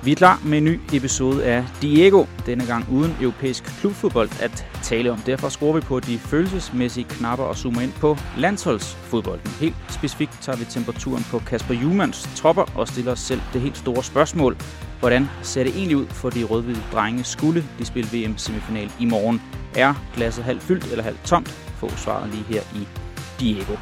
Vi er klar med en ny episode af Diego, denne gang uden europæisk klubfodbold at tale om. Derfor skruer vi på de følelsesmæssige knapper og zoomer ind på landsholdsfodbolden. Helt specifikt tager vi temperaturen på Kasper Hjulmands tropper og stiller os selv det helt store spørgsmål. Hvordan ser det egentlig ud for de rødhvide drenge, skulle de spille VM-semifinal i morgen? Er glasset halvt fyldt eller halvt tomt? Få svaret lige her i Diego.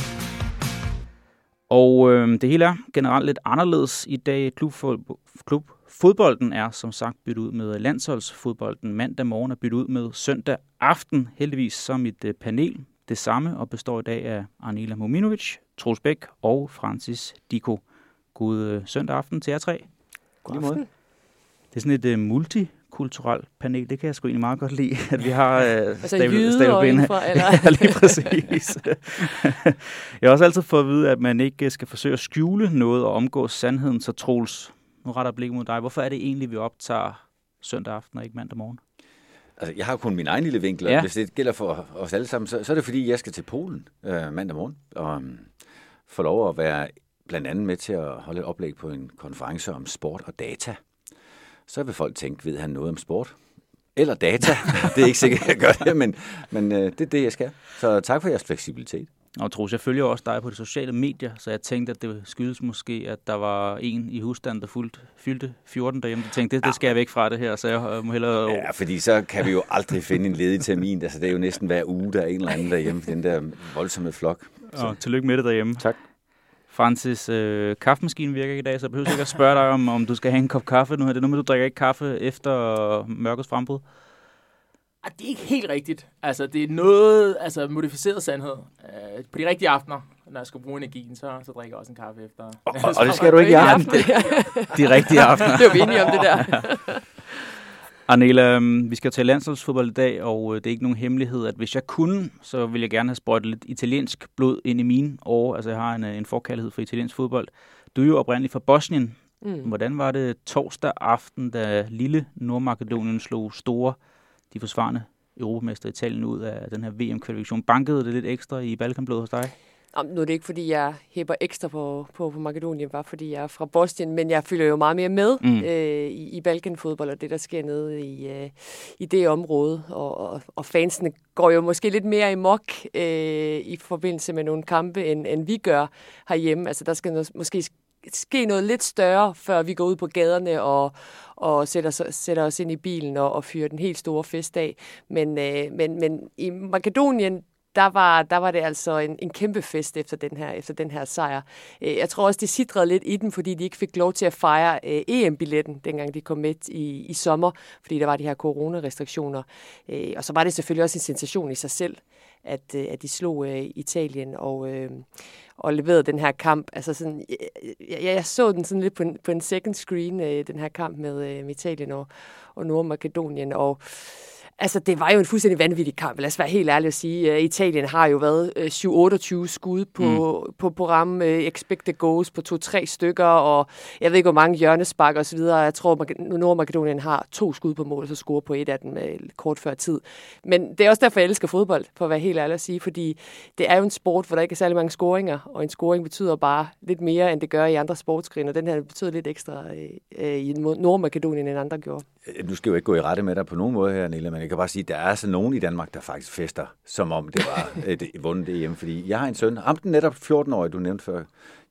Og det hele er generelt lidt anderledes i dag. Klubfodbolden er som sagt byttet ud med landsholdsfodbolden. Mandag morgen er byttet ud med søndag aften. Heldigvis som et panel det samme, og består i dag af Arnela Mominovic, Troels Bæk og Francis Dicko. God søndag aften til jer tre. God aften. Det er sådan et multikulturelt panel. Det kan jeg sgu egentlig meget godt lide, at vi har altså jyder indenfra, eller? Ja, lige præcis. Jeg har også altid fået at vide, at man ikke skal forsøge at skjule noget og omgå sandheden. Så Troels, nu retter jeg blikket mod dig. Hvorfor er det egentlig, vi optager søndag aften og ikke mandag morgen? Altså, jeg har kun min egen lille vinkel, og hvis det gælder for os alle sammen, så er det fordi, jeg skal til Polen mandag morgen og få lov at være blandt andet med til at holde et oplæg på en konference om sport og data. Så vil folk tænke, ved han noget om sport? Eller data. Det er ikke sikkert, at jeg gør det, men det er det, jeg skal. Så tak for jeres fleksibilitet. Og Troels, jeg følger også dig på de sociale medier, så jeg tænkte, at det skyldes måske, at der var en i husstanden, der fyldte 14 derhjemme. Jeg tænkte, det skal jeg væk fra det her, så jeg må hellere... Ja, fordi så kan vi jo aldrig finde en ledig termin. Altså, det er jo næsten hver uge, der er en eller anden derhjemme, den der voldsomme flok. Og tillykke med det derhjemme. Tak. Francis, kaffemaskinen virker ikke i dag, så jeg behøver ikke at spørge dig om du skal have en kop kaffe. Nu er det noget med, du drikker ikke kaffe efter mørkets frembrud. Det er ikke helt rigtigt. Altså, det er noget modificeret sandhed. På de rigtige aftener, når jeg skal bruge energien, så drikker jeg også en kaffe efter. Og det skal du ikke i aften. De rigtige aftener. Det er jo enige om det der. Arnela, vi skal til landsholdsfodbold i dag, og det er ikke nogen hemmelighed, at hvis jeg kunne, så ville jeg gerne have sprøjtet lidt italiensk blod ind i mine år. Altså, jeg har en forkærlighed for italiensk fodbold. Du er jo oprindeligt fra Bosnien. Hvordan var det torsdag aften, da lille Nordmakedonien slog store, de forsvarende europamester Italien ud af den her VM-kvalifikation? Bankede det lidt ekstra i Balkanblodet hos dig? Nu er det ikke, fordi jeg hæpper ekstra på Makedonien, bare fordi jeg er fra Bosnien, men jeg følger jo meget mere med i Balkanfodbold og det, der sker nede i det område. Og fansene går jo måske lidt mere amok i forbindelse med nogle kampe, end vi gør herhjemme. Altså, der skal måske ske noget lidt større, før vi går ud på gaderne og sætter os ind i bilen og fyrer den helt store fest af. Men i Makedonien, der var det altså en kæmpe fest efter den her sejr. Jeg tror også, det sidrede lidt i den, fordi de ikke fik lov til at fejre EM-billetten, dengang de kom med i sommer, fordi der var de her coronarestriktioner. Og så var det selvfølgelig også en sensation i sig selv, at de slog Italien og leverede den her kamp. Altså sådan, jeg så den sådan lidt på en second screen, den her kamp med Italien og Nordmakedonien, og altså, det var jo en fuldstændig vanvittig kamp. Lad os være helt ærlig at sige. Italien har jo været 7-28 skud på ramme, expected goals på 2-3 stykker, og jeg ved ikke, hvor mange hjørnespark og så videre. Jeg tror, Nordmakedonien har 2 skud på mål, og så scorer på et af dem kort før tid. Men det er også derfor, jeg elsker fodbold, for at være helt ærlig at sige, fordi det er jo en sport, hvor der ikke er særlig mange scoringer, og en scoring betyder bare lidt mere, end det gør i andre sportsgrene, og den her betyder lidt ekstra i Nordmakedonien, end andre gjorde. Du skal jo ikke gå i rette med dig på nogen måde her, Nilla, men jeg kan bare sige, at der er altså nogen i Danmark, der faktisk fester, som om det var et vundet EM. Fordi jeg har en søn, ham den netop 14-årige, du nævnte før,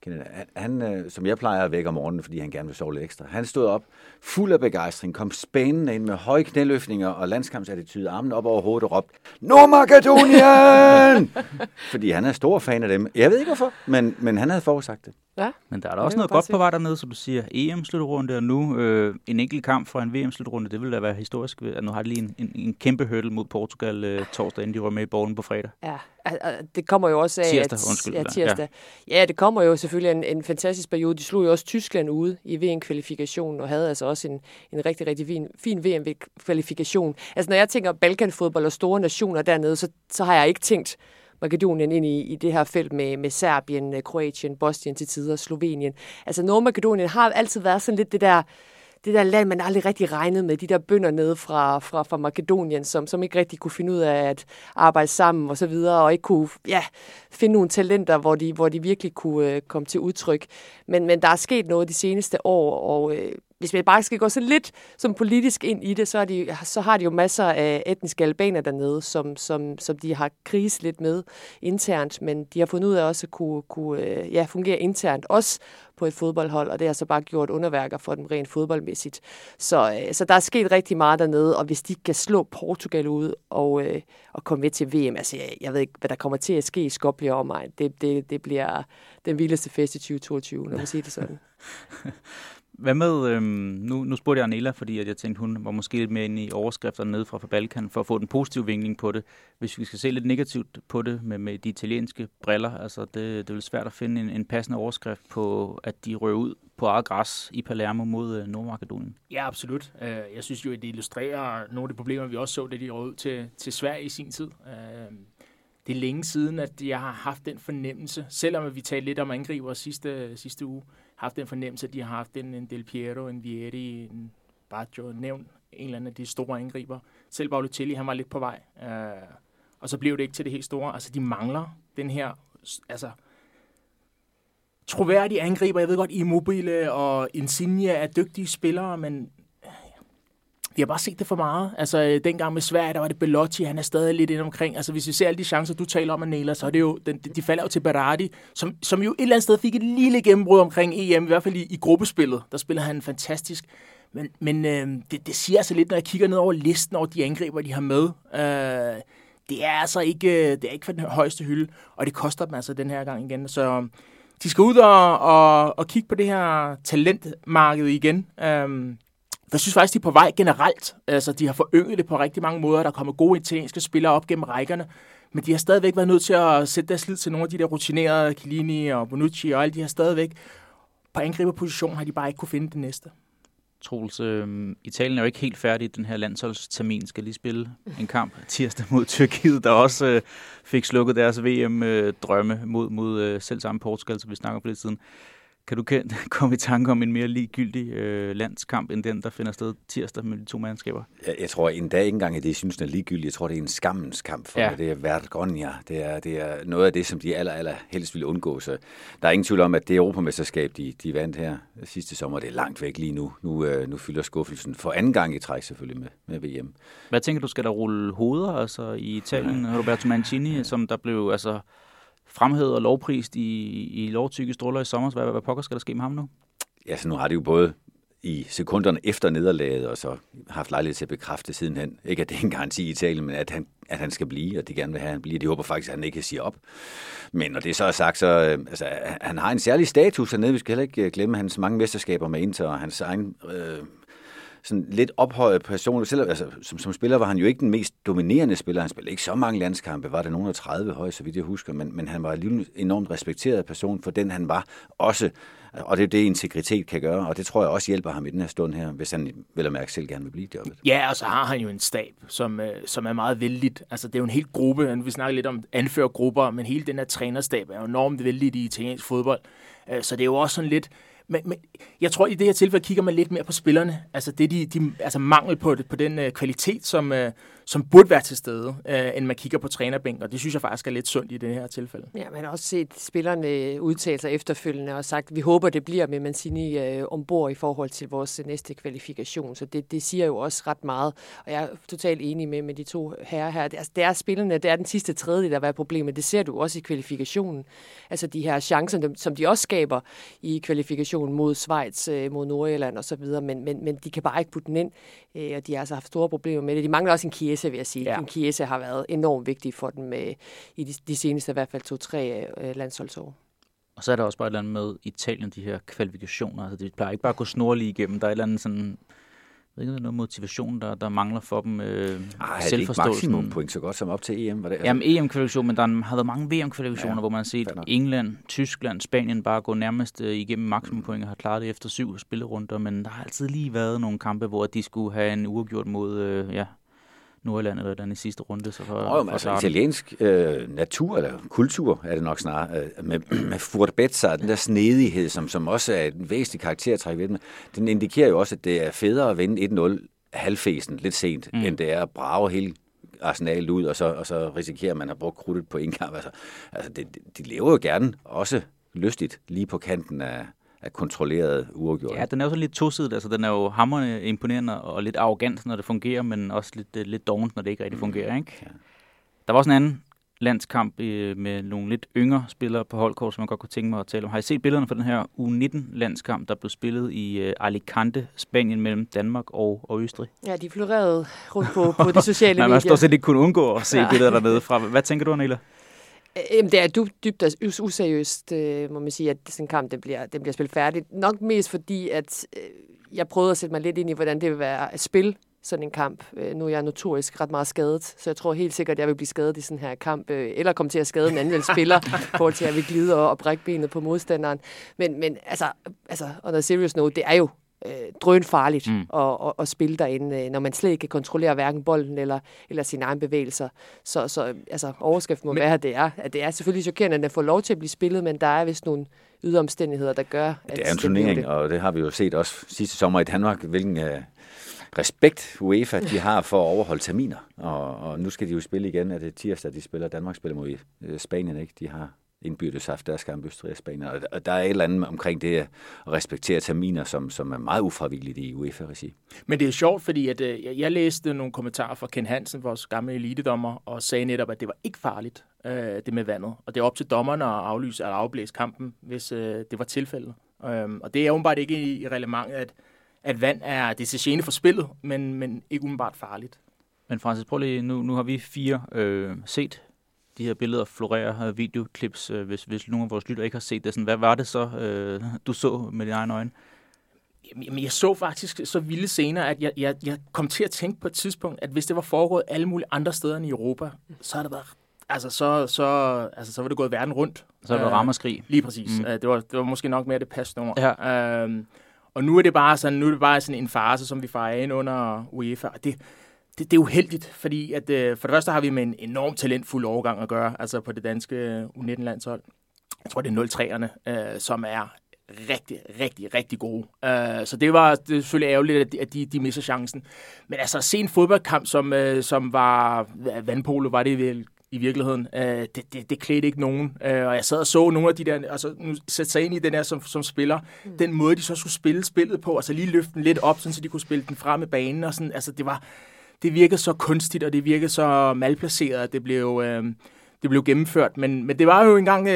han, som jeg plejer at vække om morgenen, fordi han gerne vil sove lidt ekstra. Han stod op fuld af begejstring, kom spænende ind med høje knæløftninger og landskampsattitude, armen op over hovedet og råbte, Nordmakedonien! Fordi han er stor fan af dem. Jeg ved ikke hvorfor, men han havde forudsagt det. Ja, men der er da også noget godt på vej dernede, som du siger, EM-slutrunde, og nu en enkelt kamp fra en VM-slutrunde, det vil da være historisk. Nu har de lige en kæmpe hurdle mod Portugal torsdag, inden de var med i bowlen på fredag. Ja, det kommer jo også af... Tirsdag. Ja, det kommer jo selvfølgelig en fantastisk periode. De slog jo også Tyskland ude i VM-kvalifikationen, og havde altså også en rigtig, rigtig fin VM-kvalifikation. Altså, når jeg tænker Balkanfodbold og store nationer dernede, så har jeg ikke tænkt Makedonien ind i det her felt med Serbien, Kroatien, Bosnien til tider, Slovenien. Altså Nordmakedonien har altid været sådan lidt det der land, man aldrig rigtig regnede med, de der bønder nede fra Makedonien, som ikke rigtig kunne finde ud af at arbejde sammen og så videre, og ikke kunne finde nogle talenter, hvor de virkelig kunne komme til udtryk. Men der er sket noget de seneste år, og hvis man bare skal gå så lidt som politisk ind i det, så har de jo masser af etniske albaner dernede, som de har krise lidt med internt, men de har fundet ud af også at kunne fungere internt, også på et fodboldhold, og det har så bare gjort underværker for dem rent fodboldmæssigt. Så der er sket rigtig meget dernede, og hvis de kan slå Portugal ud og komme med til VM, altså jeg ved ikke, hvad der kommer til at ske i Skopje og mig. Det bliver den vildeste fest i 2022, når man siger det sådan. Hvad med, nu spurgte jeg Arnela, fordi at jeg tænkte, hun var måske lidt mere inde i overskrifterne nede fra Balkan, for at få den positive vinkling på det. Hvis vi skal se lidt negativt på det med de italienske briller, altså det er svært at finde en passende overskrift på, at de rører ud på eget græs i Palermo mod Nordmakedonien. Ja, absolut. Jeg synes jo, at det illustrerer nogle af de problemer, vi også så, da de rød ud til Sverige i sin tid. Det er længe siden, at jeg har haft den fornemmelse, selvom vi talte lidt om angriber sidste uge, haft den fornemmelse, at de har haft en Del Piero, en Vieri, en Baggio, nævnt en eller anden af de store angriber. Selv Balotelli, han var lidt på vej. Og så blev det ikke til det helt store. Altså, de mangler den her troværdige angriber. Jeg ved godt, Immobile og Insigne er dygtige spillere, men vi har bare set det for meget. Altså, dengang med Sverige, der var det Belotti, han er stadig lidt inde omkring. Altså, hvis vi ser alle de chancer, du taler om, Arnela, så er det jo, de falder jo til Berardi, som jo et eller andet sted fik et lille gennembrud omkring EM, i hvert fald i gruppespillet. Der spiller han fantastisk. Men det siger altså lidt, når jeg kigger ned over listen over de angriber, de har med. Det er altså ikke for den højeste hylde, og det koster dem altså den her gang igen. Så de skal ud og kigge på det her talentmarked igen. Jeg synes faktisk, de er på vej generelt. Altså, de har forynget det på rigtig mange måder. Der kommer gode italienske spillere op gennem rækkerne. Men de har stadigvæk været nødt til at sætte deres lid til nogle af de der rutinerede, Chiellini og Bonucci og alle de her stadigvæk. På angriberposition har de bare ikke kunne finde det næste. Troels, Italien er jo ikke helt færdig i den her landsholdstermin. Skal lige spille en kamp tirsdag mod Tyrkiet, der også fik slukket deres VM-drømme mod selv samme Portugal, som vi snakker om på lidt siden. Kan du komme i tanke om en mere ligegyldig landskamp, end den, der finder sted tirsdag med de to mandskaber? Jeg tror endda ikke engang, at det synes, den er ligegyldig. Jeg tror, det er en skammens kamp for det. Det er vergonia. Det er noget af det, som de aller helst ville undgå. Så der er ingen tvivl om, at det europamesterskab, de vandt her sidste sommer, det er langt væk lige nu. Nu fylder skuffelsen for anden gang i træk selvfølgelig med VM. Hvad tænker du, skal der rulle hoveder altså, i Italien? Roberto Mancini, som der blev fremhævet og lovprist i lovtykke stråler i sommer. Hvad pokker skal der ske med ham nu? Ja, så nu har de jo både i sekunderne efter nederlaget, og så haft lejlighed til at bekræfte sidenhen. Ikke at det er en garanti i Italien, men at han skal blive, og de gerne vil have, at han bliver. De håber faktisk, at han ikke siger op. Men når det så er sagt, så han har en særlig status hernede. Vi skal heller ikke glemme hans mange mesterskaber med Inter, og hans egen sådan lidt ophøjet person. Som spiller var han jo ikke den mest dominerende spiller. Han spillede ikke så mange landskampe. Var det nogen af 30 højt, så vidt jeg husker. Men han var alligevel enormt respekteret person for den, han var også. Og det er det, integritet kan gøre. Og det tror jeg også hjælper ham i den her stund her, hvis han vel at mærke selv gerne vil blive jobbet. Ja, og så har han jo en stab, som er meget vældigt. Altså, det er jo en hel gruppe. Vi snakker lidt om anførergrupper, men hele den her trænerstab er jo enormt vældigt i italiensk fodbold. Så det er jo også sådan lidt. Men jeg tror, i det her tilfælde kigger man lidt mere på spillerne. Altså, det er altså mangel på den kvalitet, som burde være til stede, end man kigger på trænerbænken, og det synes jeg faktisk er lidt sundt i det her tilfælde. Ja, man har også set spillerne udtale sig efterfølgende og sagt, at vi håber, det bliver med Mancini ombord i forhold til vores næste kvalifikation, så det siger jo også ret meget, og jeg er totalt enig med de to herrer her. Det er spillerne, det er den sidste tredje, der var problemet. Det ser du også i kvalifikationen. Altså de her chancer, som de også skaber i kvalifikationen mod Schweiz, mod Nordirland og så videre, men de kan bare ikke putte den ind, og de har altså haft store problemer med det. De mangler også en Chiesa, vil jeg sige. Ja. En Chiesa har været enormt vigtig for dem i de seneste i hvert fald 2-3 landsholdsår. Og så er der også bare et eller andet med Italien, de her kvalifikationer. Altså, det plejer ikke bare at gå snorlige igennem. Der er et eller andet sådan, jeg ved ikke, noget motivation, der mangler for dem. Selvforståelsen. Er det ikke maksimum point så godt som op til EM? Var det, altså? Jamen EM-kvalifikation, men der har været mange VM-kvalifikationer, hvor man har set England, Tyskland, Spanien bare gå nærmest igennem maksimumpoint og har klaret det efter 7 spillerunder, men der har altid lige været nogle kampe, hvor de skulle have en uafgjort mod Nordjylland eller den i sidste runde. Så italiensk natur eller kultur er det nok snarere, med furbezza, den der snedighed, som også er en væsentlig karaktertræk ved den. Den indikerer jo også, at det er federe at vinde 1-0 halvfæsen lidt sent, end det er at brage hele arsenalet ud, og så risikerer man at bruge krudtet på en kamp. Altså de lever jo gerne også lystigt lige på kanten af kontrolleret uafgjort. Ja, den er jo så lidt tosidet. Altså, den er jo hamrende imponerende og lidt arrogant, når det fungerer, men også lidt dovent, når det ikke rigtig fungerer. Ikke? Ja. Der var også en anden landskamp med nogle lidt yngre spillere på holdkort, som man godt kunne tænke mig at tale om. Har I set billederne fra den her U19-landskamp, der blev spillet i Alicante, Spanien, mellem Danmark og Østrig? Ja, de florerede rundt på de sociale medier. Man stort set ikke kunne undgå at se billeder dernede fra. Hvad tænker du, Anela? Det er dybt useriøst, må man sige, at sådan en kamp den bliver spillet færdigt. Nok mest fordi, at jeg prøvede at sætte mig lidt ind i, hvordan det vil være at spille sådan en kamp. Nu er jeg notorisk ret meget skadet, så jeg tror helt sikkert, at jeg vil blive skadet i sådan her kamp, eller komme til at skade en anden spiller, for til at jeg vil glide og brække benet på modstanderen. Men altså, on a serious note, det er jo drønfarligt at spille derinde, når man slet ikke kan kontrollere hverken bolden eller sine egne bevægelser. Så altså, overskriften må være, at det er selvfølgelig chokerende, at den får lov til at blive spillet, men der er vist nogle yderomstændigheder, der gør, at det er en turnering, og det har vi jo set også sidste sommer i Danmark, hvilken respekt UEFA de har for at overholde terminer. Og nu skal de jo spille igen, at det er tirsdag, de spiller. Danmark spiller mod Spanien, ikke? De har indbyrdes haft deres kamp Østrig og Spanien. Og der er et eller andet omkring det at respektere terminer, som er meget ufravilligt i UEFA-regi. Men det er sjovt, fordi at, jeg læste nogle kommentarer fra Ken Hansen, vores gamle elitedommer, og sagde netop, at det var ikke farligt, det med vandet. Og det er op til dommerne at aflyse eller afblæse kampen, hvis det var tilfældet. Og det er umiddelbart ikke i reglementet, at vand er det til gene for spillet, men ikke umiddelbart farligt. Men Francis, prøv lige, nu har vi 4 set de her billeder florere, videoklips, hvis nogle af vores lytter ikke har set det. Sådan, hvad var det så, du så med dine egne øjne? Jamen, jeg så faktisk så vilde scener, at jeg kom til at tænke på et tidspunkt, at hvis det var foregået alle mulige andre steder end i Europa, så havde det været, så var det gået verden rundt. Så var det ramaskrig. Lige præcis. Det var måske nok mere det passende ord. Ja. Og nu er det bare sådan en farce, som vi fejrer ind under UEFA. Og det er uheldigt, fordi at, for det første har vi med en enormt talentfuld overgang at gøre, altså på det danske U19-landshold. Jeg tror, det er 0-3'erne, som er rigtig, rigtig, rigtig gode. Så det er selvfølgelig ærgerligt, at de misser chancen. Men altså at se en fodboldkamp, som var vandpolo, var det vel i virkeligheden. Det klædte ikke nogen. Og jeg sad og så nogle af de der, altså nu sætte sig ind i den her som spiller, den måde, de så skulle spille spillet på, altså lige løfte den lidt op, så de kunne spille den frem med banen, og sådan, altså det virkede så kunstigt, og det virkede så malplaceret, at det blev gennemført. Men det var jo engang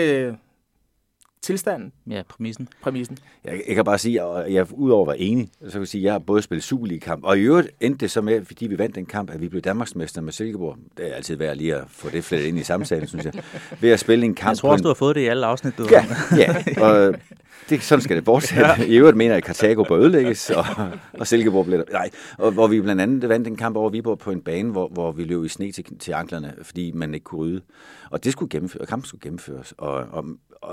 tilstanden. Ja, præmissen. Jeg kan bare sige, at jeg udover at være enig, så kan jeg sige, at jeg har både spillet Superliga-kamp, og i øvrigt endte det så med, fordi vi vandt den kamp, at vi blev Danmarksmester med Silkeborg. Det er altid værd lige at få det flettet ind i samtalen, synes jeg. Ved at spille en kamp. Jeg tror også, du har fået det i alle afsnit. Ja, og sådan skal det fortsætte. Ja. I øvrigt mener jeg, at Karthago bør ødelægges, og Silkeborg blev der. Nej, og hvor vi blandt andet vandt en kamp over Viborg på en bane, hvor vi løb i sne til anklerne, fordi man ikke kunne rydde. Og det skulle kampen skulle gennemføres. Og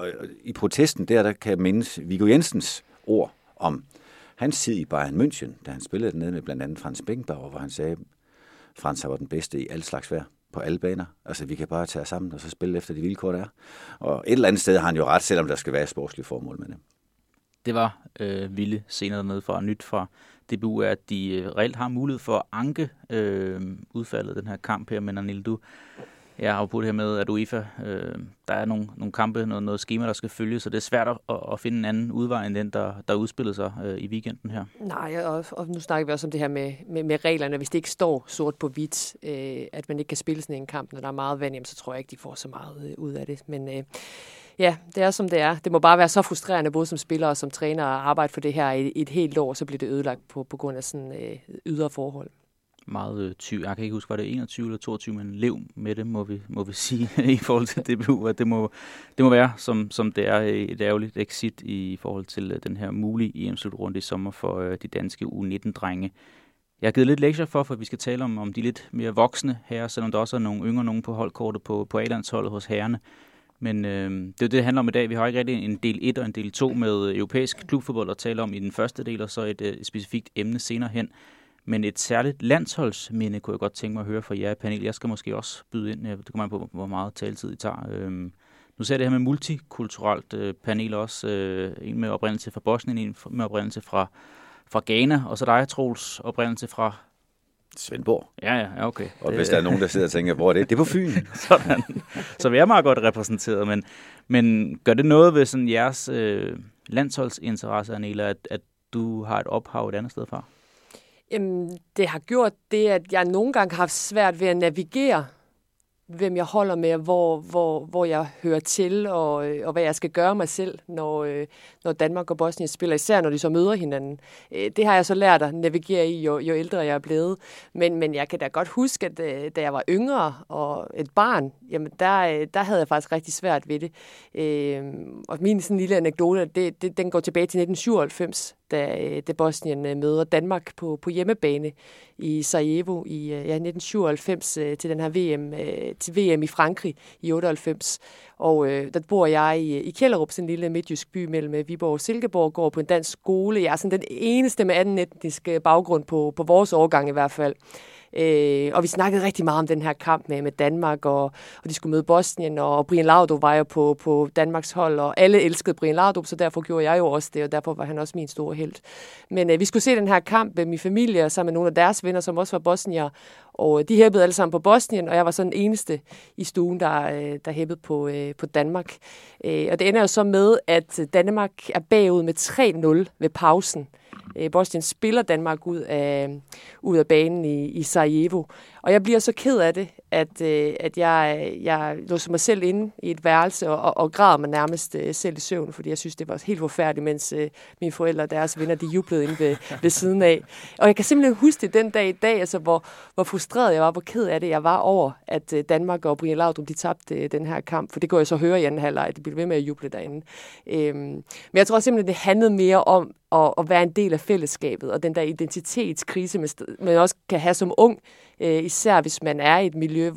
i protesten der kan jeg mindes Viggo Jensens ord om hans tid i Bayern München, da han spillede dernede med blandt andet Frans Beckenbauer, hvor han sagde, at Frans var den bedste i alt slags vejr på alle baner. Altså, vi kan bare tage sammen og så spille efter de vilkår, der er. Og et eller andet sted har han jo ret, selvom der skal være sportslige formål med det. Det var vilde scener dernede fra nyt fra DBU, at de reelt har mulighed for at anke udfaldet af den her kamp her, men Anil, jeg har jo på det her med, at UEFA, der er nogle kampe, noget schema, der skal følges, så det er svært at finde en anden udvej end den, der udspillede sig i weekenden her. Nej, og nu snakker vi også om det her med reglerne. Hvis det ikke står sort på hvidt, at man ikke kan spille sådan en kamp, når der er meget vand, så tror jeg ikke, de får så meget ud af det. Men ja, det er som det er. Det må bare være så frustrerende, både som spiller og som træner, at arbejde for det her i et helt år, så bliver det ødelagt på grund af sådan ydre forhold. Meget jeg kan ikke huske, var det 21 eller 22, men lev med det, må vi sige, i forhold til DBU, at det må være, som det er et ærgerligt exit i forhold til den her mulige EM-slutrunde i sommer for de danske U19-drenge. Jeg har givet lidt lektier for vi skal tale om de lidt mere voksne herrer, selvom der også er nogle yngre nogen på holdkortet på A-landsholdet hos herrerne. Men det er jo det handler om i dag. Vi har ikke rigtig en del 1 og en del 2 med europæisk klubfodbold at tale om i den første del, og så et specifikt emne senere hen. Men et særligt landsholdsminde kunne jeg godt tænke mig at høre fra jer i panel. Jeg skal måske også byde ind. Det kommer an på, hvor meget taletid I tager. Nu ser jeg det her med multikulturelt panel også. En med oprindelse fra Bosnien, en med oprindelse fra Ghana, og så dig, Troels, oprindelse fra Svendborg. Ja, okay. Og hvis der er nogen, der sidder og tænker, hvor er det? Det er på Fyn. Sådan. Så vi er meget godt repræsenteret, men gør det noget ved sådan jeres landsholdsinteresse, Anela, at du har et ophav et andet sted fra? Jamen, det har gjort det, at jeg nogle gange har haft svært ved at navigere, hvem jeg holder med, hvor jeg hører til, og hvad jeg skal gøre mig selv, når Danmark og Bosnien spiller, især når de så møder hinanden. Det har jeg så lært at navigere i, jo ældre jeg er blevet. Men jeg kan da godt huske, at da jeg var yngre og et barn, jamen der havde jeg faktisk rigtig svært ved det. Og min sådan lille anekdote, den går tilbage til 1997, da Bosnien møder Danmark på hjemmebane i Sarajevo i 1997 til den her VM i Frankrig i 98. Og der bor jeg i Kjellerup, sådan en lille midtjysk by mellem Viborg og Silkeborg, går på en dansk skole. Jeg er sådan den eneste med anden etnisk baggrund på vores årgang i hvert fald. Og vi snakkede rigtig meget om den her kamp med Danmark, og de skulle møde Bosnien, og Brian Laudrup var jo på Danmarks hold, og alle elskede Brian Laudrup, så derfor gjorde jeg jo også det, og derfor var han også min store helt. Men vi skulle se den her kamp med min familie, sammen med nogle af deres venner, som også var bosnier, og de hæppede alle sammen på Bosnien, og jeg var så den eneste i stuen, der hæppede på Danmark. Og det ender jo så med, at Danmark er bagud med 3-0 ved pausen. Bosnien spiller Danmark ud af banen i Sarajevo. Og jeg bliver så ked af det, at jeg låser mig selv inde i et værelse og græder mig nærmest selv i søvn, fordi jeg synes, det var helt forfærdeligt, mens mine forældre og deres venner, de jublede inde ved siden af. Og jeg kan simpelthen huske det den dag i dag, altså hvor frustreret jeg var, hvor ked af det jeg var over, at Danmark og Brian Laudrup, de tabte den her kamp, for det går jeg så høre i anden halvleg, at de blev ved med at juble derinde. Men jeg tror simpelthen, det handlede mere om at være en del af fællesskabet, og den der identitetskrise, man også kan have som ung, især hvis man er i et miljø,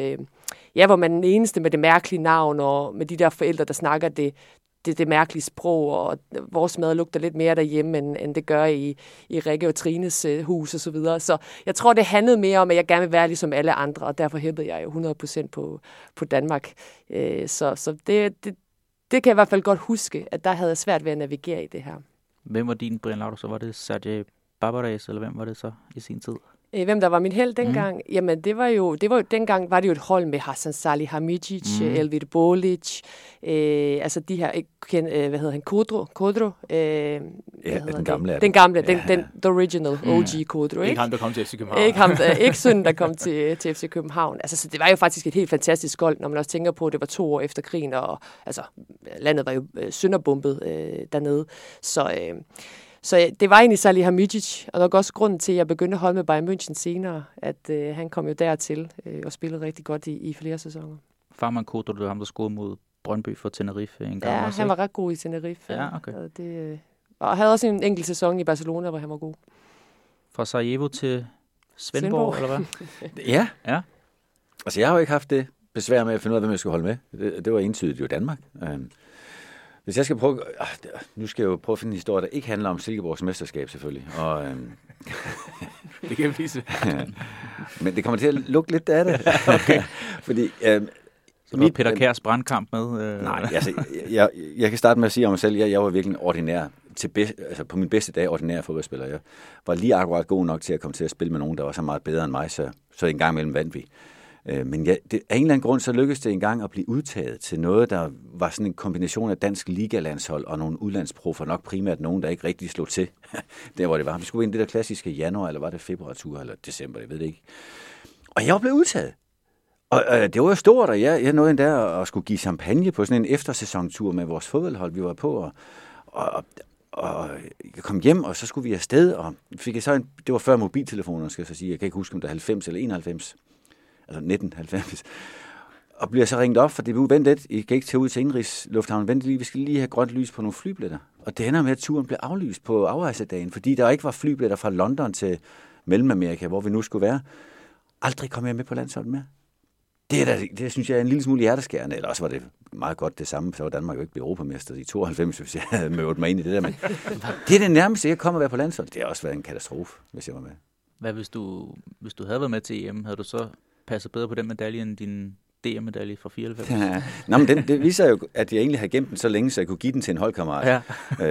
hvor man er den eneste med det mærkelige navn, og med de der forældre, der snakker det mærkelige sprog, og vores mad lugter lidt mere derhjemme, end det gør i Rikke og Trines hus og så videre. Så jeg tror, det handlede mere om, at jeg gerne vil være ligesom alle andre, og derfor hæppede jeg jo 100% på Danmark. Så det kan jeg i hvert fald godt huske, at der havde jeg svært ved at navigere i det her. Hvem var din Brian Laudrup? Så var det Sergej Barbares, eller hvem var det så i sin tid? Hvem der var min held dengang? Jamen, det var jo dengang var det jo et hold med Hasan Salihamidzic, Elvir Bolic, altså de her, hvad hedder han, Kodro, den gamle. Den gamle, the original OG Kodro, ikke ham, der kom til FC København. Ikke sønnen, der kom til FC København. Altså, så det var jo faktisk et helt fantastisk hold, når man også tænker på, at det var 2 år efter krigen, og altså, landet var jo sønderbombet dernede. Så det var egentlig Salihamidzic, og nok også grunden til, at jeg begyndte at holde med Bayern München senere, at han kom jo dertil og spillede rigtig godt i flere sæsoner. Farman Kodro, det var ham, der scorede mod Brøndby for Tenerife en gang. Ja, også, han var ret god i Tenerife. Ja, okay. Og havde også en enkelt sæson i Barcelona, hvor han var god. Fra Sarajevo til Svendborg, eller hvad? Ja. Altså, jeg har jo ikke haft det besvær med at finde ud af, hvem jeg skulle holde med. Det var entydigt jo Danmark. Hvis jeg skal prøve... Nu skal jeg jo prøve at finde en historie, der ikke handler om Silkeborgs mesterskab, selvfølgelig. Og, det kan jeg vise. Men det kommer til at lugte lidt af det. Okay. Fordi... Så du har Peter Kjærs brandkamp med? Nej, altså, jeg kan starte med at sige om mig selv, jeg var virkelig ordinær, altså på min bedste dag ordinær fodboldspiller. Jeg var lige akkurat god nok til at komme til at spille med nogen, der var så meget bedre end mig, så en gang imellem vandt vi. Men af en eller anden grund, så lykkedes det engang at blive udtaget til noget, der var sådan en kombination af dansk ligalandshold og nogle udlandsprofer, nok primært nogen, der ikke rigtig slog til, der hvor det var. Vi skulle ind i det der klassiske januar, eller var det februar-tur, eller december, jeg ved det ikke. Og jeg var blevet udtaget. Og det var jo stort, og jeg nåede endda at skulle give champagne på sådan en eftersæsontur med vores fodboldhold, vi var på, og jeg kom hjem, og så skulle vi afsted, og fik jeg så det var før mobiltelefonerne, skal jeg så sige, jeg kan ikke huske, om det er 90 eller 91, altså 1990, og bliver så ringet op, for DBU, vent lidt, I kan ikke tage ud til Indrigslufthavnen, vent lige, vi skal lige have grønt lys på nogle flybilletter. Og det ender med, at turen blev aflyst på afrejsedagen, fordi der ikke var flybilletter fra London til Mellemamerika, hvor vi nu skulle være. Aldrig kom jeg med på landsholdet mere. Det synes jeg er en lille smule hjerteskærende, eller også var det meget godt det samme, så var Danmark jo ikke blevet europamester i 92, hvis jeg havde mødt mig ind i det der. Men det er det nærmeste, jeg kommer at være på landsholdet. Det har også været en katastrofe, hvis jeg var med. Hvad hvis du havde været med til EM, havde du så passet bedre på den medalje end din DM-medalje fra 94? Ja. Nå, men det viser jo, at jeg egentlig havde gemt den så længe, så jeg kunne give den til en holdkammerat.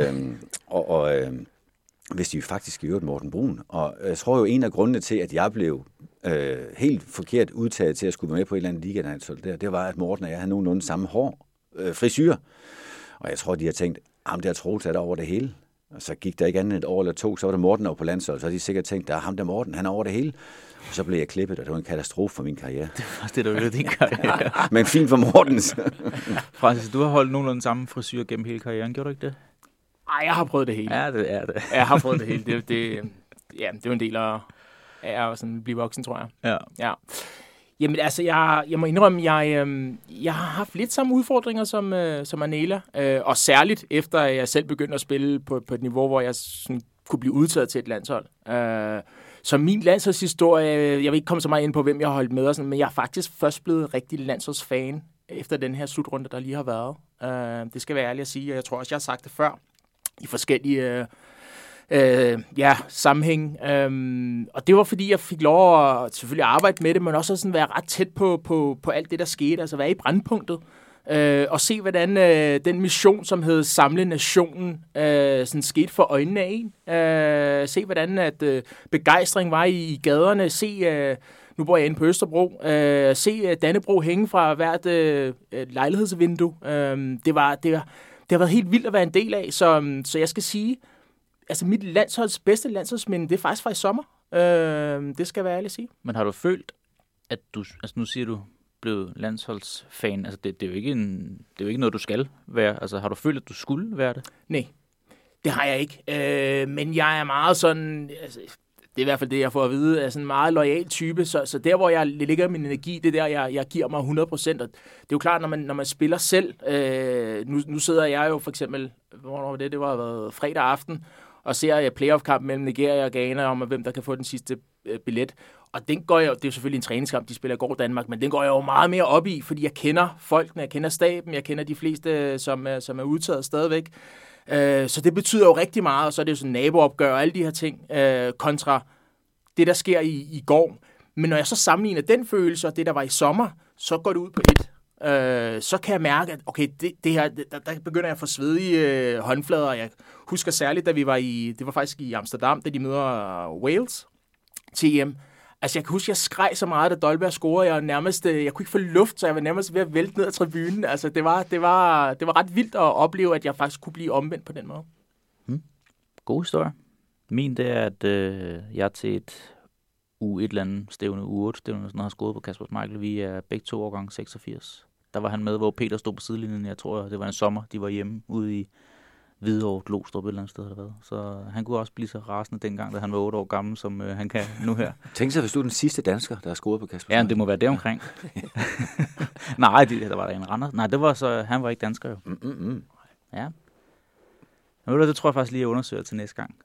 Ja. Hvis de faktisk gjorde Morten Brun. Og jeg tror jo, en af grundene til, at jeg blev helt forkert udtaget til at skulle være med på et eller andet liga, det var, at Morten og jeg havde nogenlunde samme hår, frisyr. Og jeg tror, de har tænkt, ham der Troels er der over det hele. Og så gik der ikke andet et år eller to, så var det Morten over på landsholdet, så havde de sikkert tænkt, der er ham der Morten, han er over det hele. Og så blev jeg klippet, og det var en katastrofe for min karriere. Det var det, der ville din karriere. Men fint for Mortens. Francis, du har holdt nogenlunde samme frisyr gennem hele karrieren, gjorde du ikke det? Ej, jeg har prøvet det hele. Ja, det er det. Jeg har prøvet det hele. Det er jo en del af at sådan blive voksen, tror jeg. Ja. Jamen altså, jeg må indrømme, jeg har haft lidt samme udfordringer som Anela, og særligt efter jeg selv begyndte at spille på et niveau, hvor jeg sådan kunne blive udtaget til et landshold. Så min landsholdshistorie, jeg vil ikke komme så meget ind på, hvem jeg har holdt med, og sådan, men jeg er faktisk først blevet rigtig landsholdsfan efter den her slutrunde, der lige har været. Det skal være ærligt at sige, og jeg tror også, jeg har sagt det før i forskellige sammenhæng. Og det var, fordi jeg fik lov at selvfølgelig arbejde med det, men også sådan være ret tæt på alt det, der skete. Altså være i brandpunktet. Og se, hvordan den mission, som hed Samle Nationen, sådan skete for øjnene af en. Se, hvordan at begejstring var i gaderne. Se, nu bor jeg inde på Østerbro. Se Dannebro hænge fra hvert lejlighedsvindue. Det har været helt vildt at være en del af. Så jeg skal sige, altså mit bedste landsholdsminde, det er faktisk fra i sommer. Det skal jeg være ærlig at sige. Men har du følt, at du, altså nu siger du, blevet landsholdsfan, altså det er jo ikke noget, du skal være. Altså har du følt, at du skulle være det? Nej, det har jeg ikke. Men jeg er meget sådan, altså, det er i hvert fald det, jeg får at vide, er sådan en meget loyal type, så der, hvor jeg lægger min energi, det er der, jeg giver mig 100%. Og det er jo klart, når man spiller selv, nu sidder jeg jo for eksempel, hvornår var det? Det var fredag aften, og ser playoff-kamp mellem Nigeria og Ghana om, hvem der kan få den sidste billet. Og den går jeg, det er jo selvfølgelig en træningskamp, de spiller i går Danmark, men den går jeg jo meget mere op i, fordi jeg kender folkene, jeg kender staben, jeg kender de fleste, som er udtaget stadigvæk. Så det betyder jo rigtig meget, og så er det jo sådan naboopgør og alle de her ting, kontra det, der sker i går. Men når jeg så sammenligner den følelse og det, der var i sommer, så går det ud på et. Så kan jeg mærke, at okay, det her, der begynder jeg at få svedige håndflader. Jeg husker særligt, da det var faktisk i Amsterdam, da de møder Wales til EM. Altså jeg kan huske, jeg skreg så meget, da Dolberg scorede. Jeg kunne ikke få luft, så jeg var nærmest ved at vælte ned ad tribunen. Altså det var ret vildt at opleve, at jeg faktisk kunne blive omvendt på den måde. God historie. Min, det er, at jeg er til et U1-stævne, U8-stævne, sådan har scoret på Kasper Schmeichel. Vi er begge 2 årgang 86. Der var han med, hvor Peter stod på sidelinjen. Jeg tror, det var en sommer. De var hjemme ude i Hvidovre, Glostrup, et eller andet sted, der været. Så han kunne også blive så rasende dengang, da han var 8 år gammel, som han kan nu her. Tænk sig, hvis du er den sidste dansker, der har scoret på Kasper Schmeichel. Ja, det må være det omkring. Nej, der var der en Randers. Nej, det var så, han var ikke dansker jo. Ja. Men det tror jeg faktisk lige, jeg undersøger til næste gang.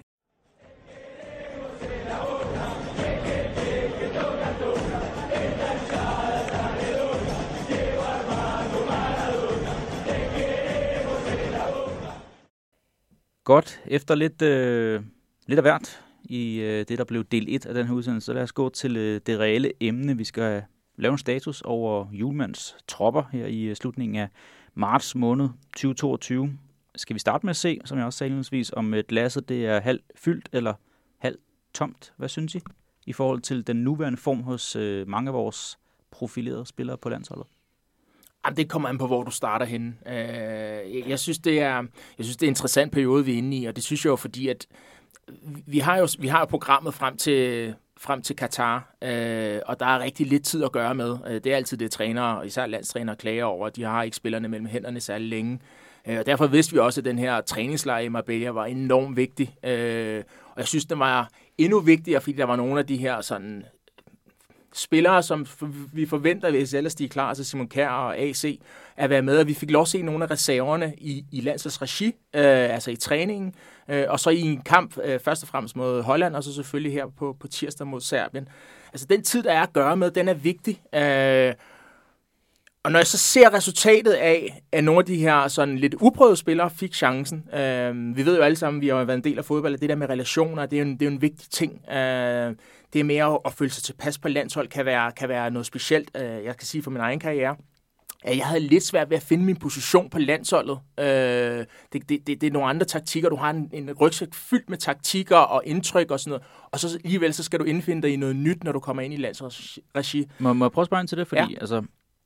Godt. Efter lidt af hvert i det, der blev del 1 af den her udsendelse, så lad os gå til det reelle emne. Vi skal lave en status over Hjulmands tropper her i slutningen af marts måned 2022. Skal vi starte med at se, som jeg også sagde indledningsvis, om glasset det er halvt fyldt eller halvt tomt? Hvad synes I i forhold til den nuværende form hos mange af vores profilerede spillere på landsholdet? Jamen, det kommer an på, hvor du starter henne. Jeg synes, det er en interessant periode, vi er inde i, og det synes jeg jo, fordi at vi har jo programmet frem til Katar, og der er rigtig lidt tid at gøre med. Det er altid det, trænere, især landstrænere, klager over. De har ikke spillerne mellem hænderne særlig længe. Og derfor vidste vi også, at den her træningslejr i Marbella var enormt vigtig. Og jeg synes, den var endnu vigtigere, fordi der var nogle af de her sådan spillere, som vi forventer, hvis ellers de er klar, altså Simon Kjær og AC, at være med, og vi fik lov at se nogle af reserverne i landsholdsregi, altså i træningen, og så i en kamp, først og fremmest mod Holland, og så selvfølgelig her på tirsdag mod Serbien. Altså den tid, der er at gøre med, den er vigtig. Og når jeg så ser resultatet af, at nogle af de her sådan lidt uprøvede spillere fik chancen, vi ved jo alle sammen, vi har været en del af fodbold, at det der med relationer, det er jo en vigtig ting. Det er mere at føle sig tilpas på landshold, kan være noget specielt. Jeg kan sige for min egen karriere, at jeg havde lidt svært ved at finde min position på landsholdet. Det er nogle andre taktikker. Du har en rygsæk fyldt med taktikker og indtryk og sådan noget, og så alligevel så skal du indfinde dig i noget nyt, når du kommer ind i landsholdsregi. Må jeg prøve at spørge ind til det? Fordi altså,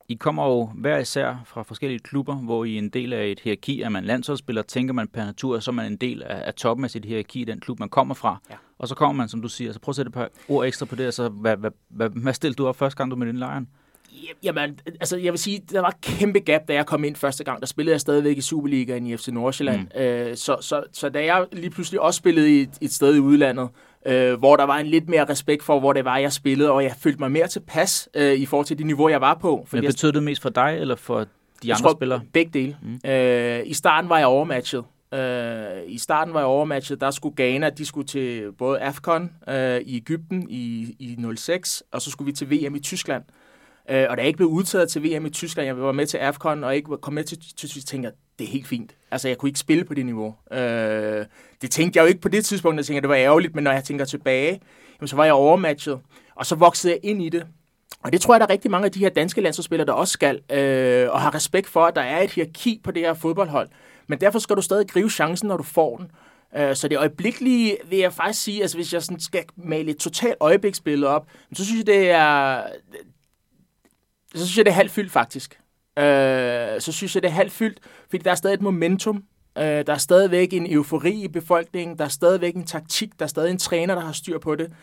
I kommer jo hver især fra forskellige klubber, hvor I er en del af et hierarki. Er man landsholdsspiller, tænker man per natur, så er man en del af toppen af sit hierarki i den klub, man kommer fra. Ja. Og så kommer man, som du siger, så prøv at sætte et par ord ekstra på det, og så hvad stillede du op første gang, du med din lejren? Jamen, altså jeg vil sige, der var et kæmpe gap, da jeg kom ind første gang. Der spillede jeg stadigvæk i Superligaen i FC Nordsjælland. Så da jeg lige pludselig også spillede et sted i udlandet, hvor der var en lidt mere respekt for, hvor det var, jeg spillede, og jeg følte mig mere tilpas i forhold til det niveau, jeg var på. Men betød det mest for dig, eller for de andre spillere? Begge dele. I starten var jeg overmatchet. Der skulle Ghana, de skulle til både AFCON i Egypten i 06, og så skulle vi til VM i Tyskland. Og da jeg ikke blev udtaget til VM i Tyskland, jeg var med til AFCON og ikke kom med til Tyskland, tænkte jeg, det er helt fint. Altså, jeg kunne ikke spille på det niveau. Det tænkte jeg jo ikke på det tidspunkt, jeg tænkte, det var ærgerligt, men når jeg tænker tilbage, jamen, så var jeg overmatchet, og så voksede jeg ind i det. Og det tror jeg, der er rigtig mange af de her danske landsholdsspillere, der også skal, og har respekt for, at der er et hierarki på det her fodboldhold. Men derfor skal du stadig gribe chancen, når du får den. Så det øjeblikkelige, vil jeg faktisk sige, altså hvis jeg sådan skal male et totalt øjebliksbillede op, så synes jeg, det er halvt fyldt, faktisk. Fordi der er stadig et momentum. Der er stadigvæk en eufori i befolkningen. Der er stadigvæk en taktik. Der er stadig en træner, der har styr på det.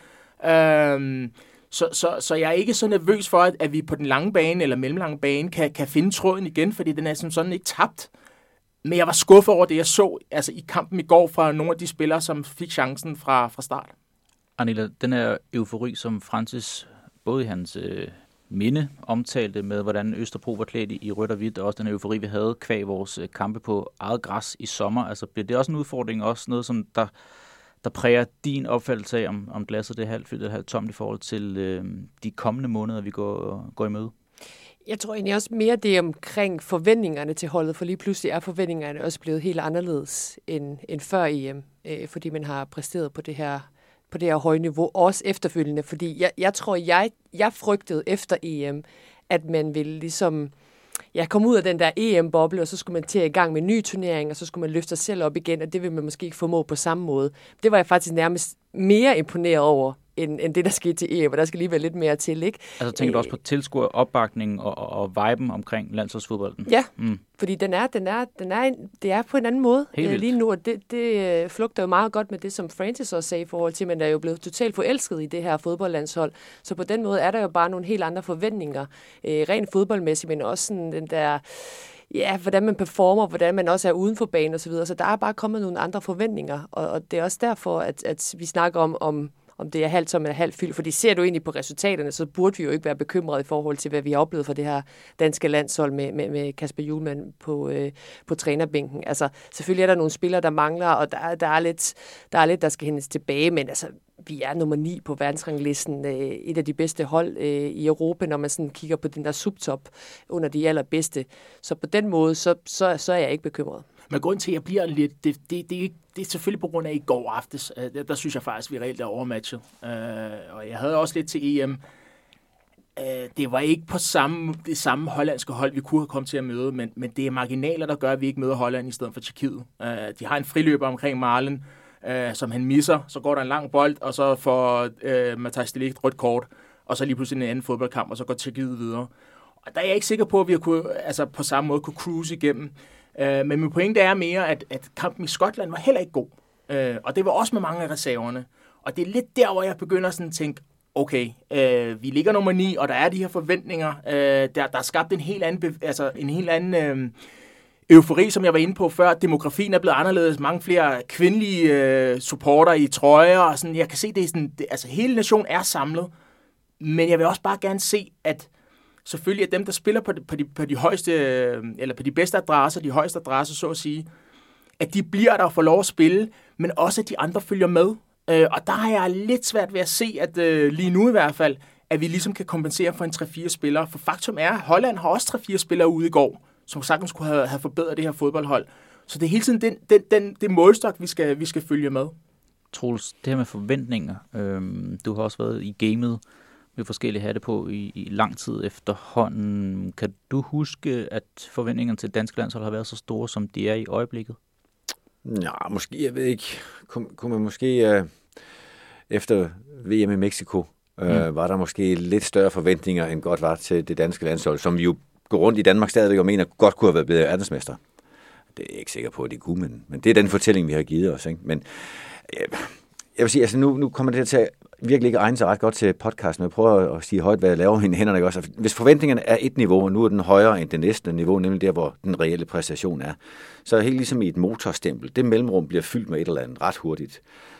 Så jeg er ikke så nervøs for, at vi på den lange bane eller mellemlange bane kan finde tråden igen, fordi den er sådan ikke tabt. Men jeg var skuffet over det, jeg så altså i kampen i går fra nogle af de spillere, som fik chancen fra start. Arnilla, den her eufori, som Francis både i hans minde omtalte med, hvordan Østerbro var klædt i rødt og hvidt, og også den eufori, vi havde kvæg vores kampe på eget græs i sommer. Altså bliver det også en udfordring, også noget, som der præger din opfattelse af, om glasset det er halvt fyldt eller halvt tomt i forhold til de kommende måneder, vi går i møde? Jeg tror egentlig også mere det omkring forventningerne til holdet, for lige pludselig er forventningerne også blevet helt anderledes end før EM, fordi man har præsteret på det her høje niveau, også efterfølgende, fordi jeg tror, jeg frygtede efter EM, at man ville ligesom komme ud af den der EM-boble, og så skulle man til i gang med en ny turnering, og så skulle man løfte sig selv op igen, og det vil man måske ikke formå på samme måde. Det var jeg faktisk nærmest mere imponeret over, end det, der skete til EM, og der skal lige være lidt mere til, ikke? Altså tænker du også på tilskuer, opbakningen og viben omkring landsholdsfodbolden? Ja, fordi det er på en anden måde lige nu, og det flugter jo meget godt med det, som Francis også sagde i forhold til, men der er jo blevet totalt forelsket i det her fodboldlandshold, så på den måde er der jo bare nogle helt andre forventninger, rent fodboldmæssigt, men også sådan den der hvordan man performer, hvordan man også er uden for banen osv., så der er bare kommet nogle andre forventninger, og det er også derfor, at vi snakker om det er halvt som eller halvt fyldt, fordi ser du egentlig på resultaterne, så burde vi jo ikke være bekymrede i forhold til, hvad vi har oplevet for det her danske landshold med Kasper Hjulmand på trænerbænken. Altså, selvfølgelig er der nogle spillere, der mangler, og der er lidt, der skal hentes tilbage, men altså, vi er nummer 9 på verdensranglisten, et af de bedste hold i Europa, når man sådan kigger på den der subtop under de allerbedste. Så på den måde, så er jeg ikke bekymret. Men grunden til, at jeg bliver lidt, det er selvfølgelig på grund af i går aftes. Der synes jeg faktisk, vi reelt er overmatchet. Og jeg havde også lidt til EM. Det var ikke på det samme hollandske hold, vi kunne have kommet til at møde, men det er marginaler, der gør, at vi ikke møder Holland i stedet for Tjekkiet. De har en friløber omkring Marlen, som han misser. Så går der en lang bold, og så får Matthijs de Ligt rødt kort, og så lige pludselig en anden fodboldkamp, og så går Tjekkiet videre. Og der er jeg ikke sikker på, at vi på samme måde kunne cruise igennem. Men min pointe er mere, at kampen i Skotland var heller ikke god. Og det var også med mange af reserverne. Og det er lidt der, hvor jeg begynder sådan at tænke, okay, vi ligger nummer 9, og der er de her forventninger. Der er skabt en helt anden eufori, som jeg var inde på før. Demografien er blevet anderledes. Mange flere kvindelige supporter i trøjer. Og sådan. Jeg kan se, det er sådan, hele nationen er samlet. Men jeg vil også bare gerne se, at selvfølgelig at dem, der spiller på de højeste, eller på de bedste adresser, de højeste adresser, så at sige, at de bliver der og får lov at spille, men også at de andre følger med. Og der har jeg lidt svært ved at se, at lige nu i hvert fald, at vi ligesom kan kompensere for en 3-4 spillere. For faktum er, at Holland har også 3-4 spillere ude i går, som sagtens kunne have forbedret det her fodboldhold. Så det er hele tiden det målstok, vi skal følge med. Troels, det her med forventninger, du har også været i gamet med forskellige hatte på i lang tid efterhånden. Kan du huske, at forventningerne til dansk landshold har været så store, som de er i øjeblikket? Ja, måske, jeg ved ikke. Kunne man måske efter VM i Mexico, var der måske lidt større forventninger, end godt var til det danske landshold, som vi jo gå rundt i Danmark stadigvæk og mener, godt kunne have været bedre verdensmester. Det er jeg ikke sikker på, at det kunne, men det er den fortælling, vi har givet os. Ikke? Men jeg vil sige, altså nu kommer det til at virkelig ikke egne sig ret godt til podcasten, men jeg prøver at sige højt, hvad jeg laver i hænderne. Ikke? Også, hvis forventningerne er et niveau, og nu er den højere end det næste niveau, nemlig der, hvor den reelle præstation er, så er det helt ligesom i et motorstempel. Det mellemrum bliver fyldt med et eller andet ret hurtigt.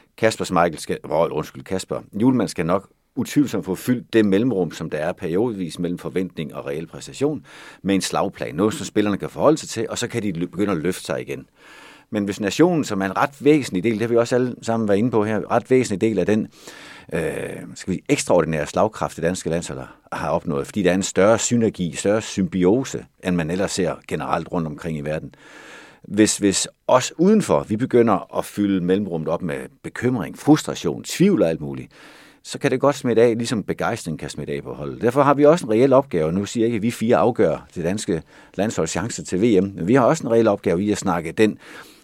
Kasper Hjulmand skal nok utvivlsomt få fyldt det mellemrum, som der er periodvis mellem forventning og reel præstation, med en slagplan. Noget, som spillerne kan forholde sig til, og så kan de begynde at løfte sig igen. Men hvis nationen, som er en ret væsentlig del, det har vi også alle sammen været inde på her, ret væsentlig del af den ekstraordinære slagkraft, det danske landshold har opnået, fordi der er en større synergi, større symbiose, end man ellers ser generelt rundt omkring i verden. Hvis os udenfor, vi begynder at fylde mellemrummet op med bekymring, frustration, tvivl og alt muligt, så kan det godt smitte af, ligesom begejstring kan smitte af på holdet. Derfor har vi også en reel opgave. Nu siger jeg ikke, at vi 4 afgør det danske landsholds chance til VM, men vi har også en reel opgave i at snakke den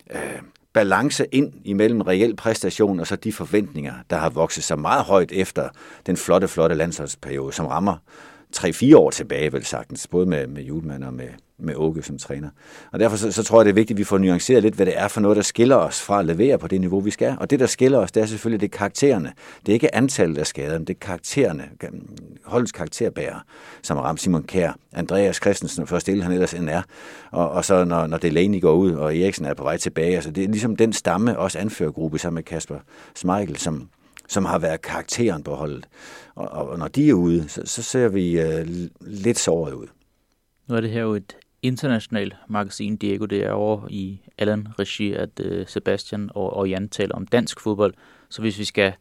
balance ind imellem reel præstation og så de forventninger, der har vokset så meget højt efter den flotte landsholdsperiode, som rammer 3-4 år tilbage, vel sagtens, både med Hjulmand og med Åke som træner. Og derfor så tror jeg, det er vigtigt, at vi får nuanceret lidt, hvad det er for noget, der skiller os fra at levere på det niveau, vi skal. Og det, der skiller os, det er selvfølgelig det karaktererne. Det er ikke antallet af skader, men det er karaktererne, holdets karakterbærere, som har ramt Simon Kjær, Andreas Christensen, for at stille han ellers end er. Og så når Delaney går ud, og Eriksen er på vej tilbage. Altså, det er ligesom den stamme, også anførergruppe sammen med Kasper Schmeichel, som har været karakteren på holdet. Og når de er ude, så ser vi lidt såret ud. Nu er det her jo et internationalt magasin, Diego. Det er over i Allan-regi, at Sebastian og Jan taler om dansk fodbold. Så hvis vi skal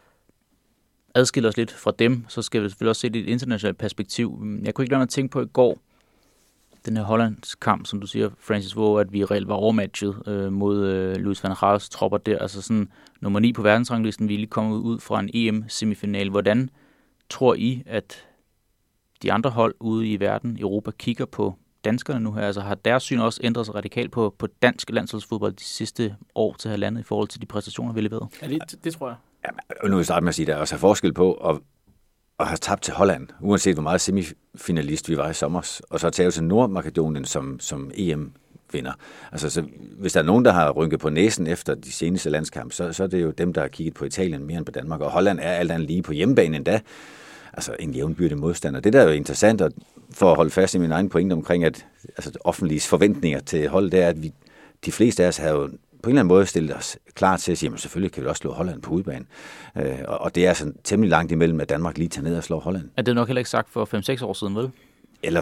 adskille os lidt fra dem, så skal vi selvfølgelig også se det i et internationalt perspektiv. Jeg kunne ikke lade mig at tænke på i går, den her Hollands kamp, som du siger, Francis, hvor at vi reelt var overmatchet mod Luis van Gaals tropper der. Altså sådan nummer 9 på verdensranglisten, vi er lige kommet ud fra en EM-semifinal. Hvordan tror I, at de andre hold ude i verden, Europa, kigger på danskerne nu her? Altså har deres syn også ændret sig radikalt på dansk landsholdsfodbold de sidste år til halvandet i forhold til de præstationer, vi leverede? Ja, det tror jeg. Ja, nu vil jeg starte med at sige, at der også er forskel på at have tabt til Holland, uanset hvor meget semifinalist vi var i sommer, og så tage til Nordmakedonien som EM-vinder. Altså, så, hvis der er nogen, der har rynket på næsen efter de seneste landskamp, så er det jo dem, der har kigget på Italien mere end på Danmark, og Holland er alt andet lige på hjemmebane endda. Altså en jævnbyrdig modstander. Det der er jo interessant, og for at holde fast i min egen pointe omkring, at altså, offentlige forventninger til holdet, det er, at de fleste af os har jo på en eller anden måde stillet os klar til at sige, at selvfølgelig kan vi også slå Holland på udebane. Og det er sådan temmelig langt imellem, at Danmark lige tager ned og slår Holland. Er det nok heller ikke sagt for 5-6 år siden, vel? Eller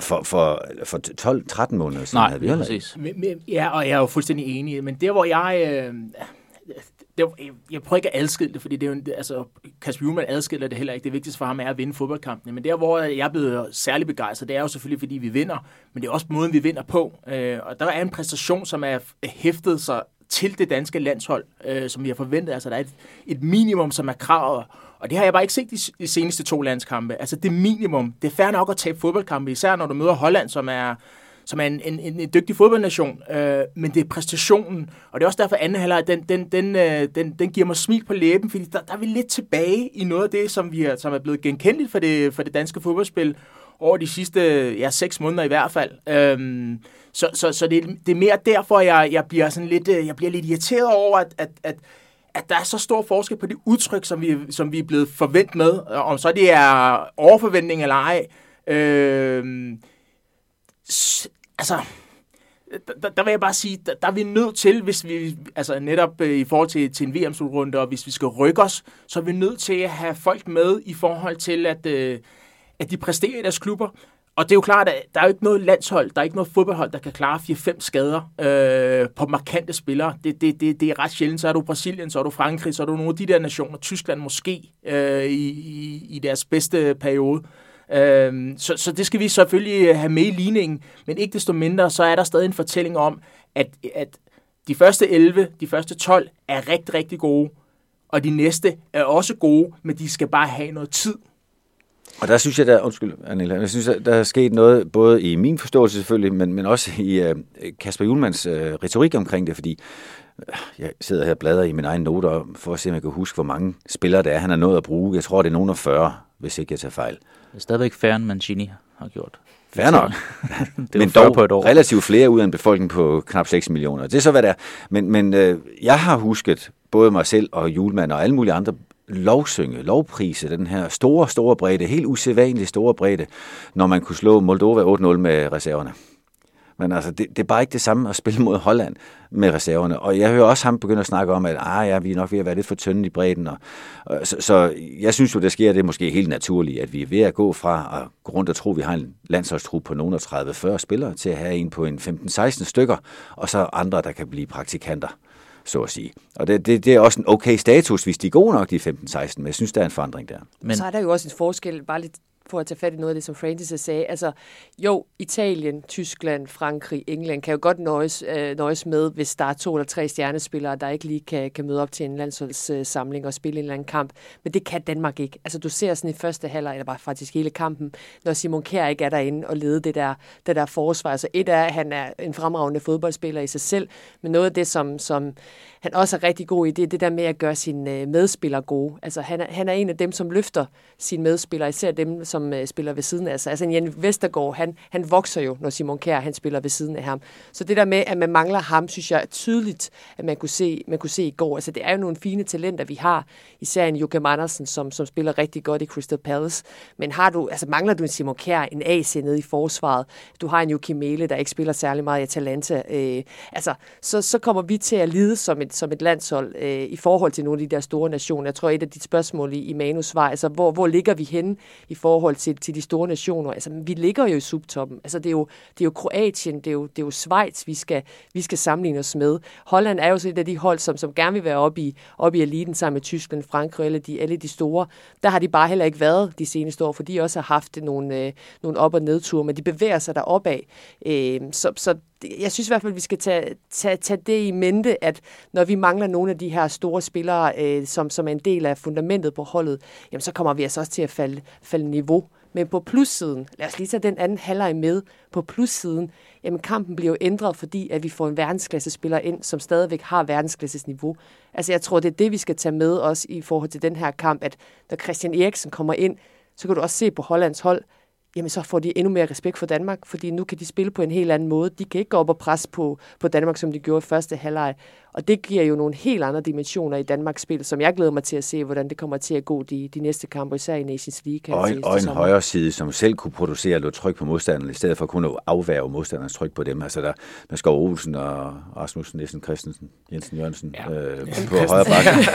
for 12-13 måneder siden. Nej, det er præcis. Ja, og jeg er jo fuldstændig enig. Men der, hvor jeg prøver ikke at adskille det, fordi det er jo, altså, Kasper Hjulmand adskiller det heller ikke. Det vigtigste for ham er at vinde fodboldkampene. Men der, hvor jeg er blevet særlig begejstret, det er jo selvfølgelig, fordi vi vinder. Men det er også måden, vi vinder på. Og der er en præstation, som er hæftet sig til det danske landshold, som vi har forventet. Altså, der er et minimum, som er kravet. Og det har jeg bare ikke set de seneste 2 landskampe. Altså, det minimum. Det er fair nok at tabe fodboldkampe, især når du møder Holland, som er en dygtig fodboldnation, men det er præstationen, og det er også derfor anden halvleg, den giver mig smil på læben, fordi der er vi lidt tilbage i noget af det, som er blevet genkendeligt for det danske fodboldspil over de sidste 6 måneder i hvert fald. Så det er mere derfor, jeg bliver sådan lidt, jeg bliver lidt irriteret over, at der er så stor forskel på det udtryk, som vi er blevet forventet med, om så det er overforventning eller ej. Altså, der vil jeg bare sige, der er vi nødt til, hvis vi, altså netop i forhold til en VM-slutrunde, og hvis vi skal rykke os, så er vi nødt til at have folk med i forhold til, at de præsterer i deres klubber. Og det er jo klart, at der er jo ikke noget landshold, der er ikke noget fodboldhold, der kan klare 4-5 skader på markante spillere. Det er ret sjældent. Så er du Brasilien, så er du Frankrig, så er du nogle af de der nationer, Tyskland måske, i deres bedste periode. Så det skal vi selvfølgelig have med i ligningen, men ikke desto mindre, så er der stadig en fortælling om, at de første 11, de første 12 er rigtig, rigtig gode, og de næste er også gode, men de skal bare have noget tid. Og der synes jeg, jeg synes, der er sket noget, både i min forståelse selvfølgelig, men også i Kasper Hjulmands retorik omkring det, fordi jeg sidder her og bladrer i mine egne noter for at se, om jeg kan huske, hvor mange spillere der er, han har nået at bruge. Jeg tror, det er nogen af 40, hvis ikke jeg tager fejl. Det er stadigvæk færre, end Mancini har gjort. Fair nok. Men dog på et år. Relativt flere ud af en befolkning på knap 6 millioner. Det er så, hvad det er. Men jeg har husket, både mig selv og Julemand og alle mulige andre, lovprise, den her store bredde, helt usædvanligt store bredde, når man kunne slå Moldova 8-0 med reserverne. Men altså, det er bare ikke det samme at spille mod Holland med reserverne. Og jeg hører også ham begynde at snakke om, at vi er nok ved at være lidt for tynde i bredden. Så jeg synes jo, der sker det måske helt naturligt, at vi er ved at gå fra at gå rundt og tro, at vi har en landsholdstrup på nogle 30-40 spillere, til at have en på en 15-16 stykker, og så andre, der kan blive praktikanter, så at sige. Og det er også en okay status, hvis de er gode nok, de 15-16, men jeg synes, der er en forandring der. Men så er der jo også en forskel, bare lidt for at tage fat i noget af det, som Francis sagde. Altså, jo, Italien, Tyskland, Frankrig, England kan jo godt nøjes med, hvis der er 2 eller 3 stjernespillere, der ikke lige kan møde op til en landsholdssamling og spille en eller anden kamp. Men det kan Danmark ikke. Altså, du ser sådan i første halvleg, eller bare faktisk hele kampen, når Simon Kjær ikke er derinde og leder det der forsvar. Så et er, at han er en fremragende fodboldspiller i sig selv, men noget af det, som han også er rigtig god i, det er det der med at gøre sine medspillere gode. Altså, han er en af dem, som løfter sine medspillere, især dem, som spiller ved siden af sig. Altså, Jan Vestergaard, han vokser jo, når Simon Kjær, han spiller ved siden af ham. Så det der med, at man mangler ham, synes jeg er tydeligt, at man kunne se i går. Altså, det er jo nogle fine talenter, vi har. Især en Joachim Andersen, som spiller rigtig godt i Crystal Palace. Men mangler du en Simon Kjær, en AC nede i forsvaret? Du har en Joachim Mæhle, der ikke spiller særlig meget i Atalanta. Så kommer vi til at lide som et landshold i forhold til nogle af de der store nationer. Jeg tror, et af dit spørgsmål i Manus var, altså, hvor ligger vi henne i forhold til de store nationer? Altså, vi ligger jo i subtoppen. Altså, det er jo Kroatien, det er jo Schweiz, vi skal sammenligne os med. Holland er jo så et af de hold, som gerne vil være oppe i eliten sammen med Tyskland, Frankrig eller alle de store. Der har de bare heller ikke været de seneste år, for de også har haft nogle op- og nedture, men de bevæger sig deroppe af. Så jeg synes i hvert fald, at vi skal tage det i mente, at når vi mangler nogle af de her store spillere, som er en del af fundamentet på holdet, jamen så kommer vi altså også til at falde niveau. Men på plussiden, lad os lige tage den anden halvleg med, på plussiden, jamen kampen bliver jo ændret, fordi at vi får en verdensklassespiller ind, som stadigvæk har verdensklasses niveau. Altså jeg tror, det er det, vi skal tage med os i forhold til den her kamp, at når Christian Eriksen kommer ind, så kan du også se på Hollands hold, jamen så får de endnu mere respekt for Danmark, fordi nu kan de spille på en helt anden måde. De kan ikke gå op og presse på Danmark, som de gjorde i første halvleg. Og det giver jo nogle helt andre dimensioner i Danmarks spil, som jeg glæder mig til at se, hvordan det kommer til at gå de næste kampe, især i Nations League. Og en højre side, som selv kunne producere lidt tryk på modstanderne, i stedet for kun at afværge modstandernes tryk på dem. Altså der Skov Olsen og Rasmus Nielsen Christensen, Jensen Jørgensen på højre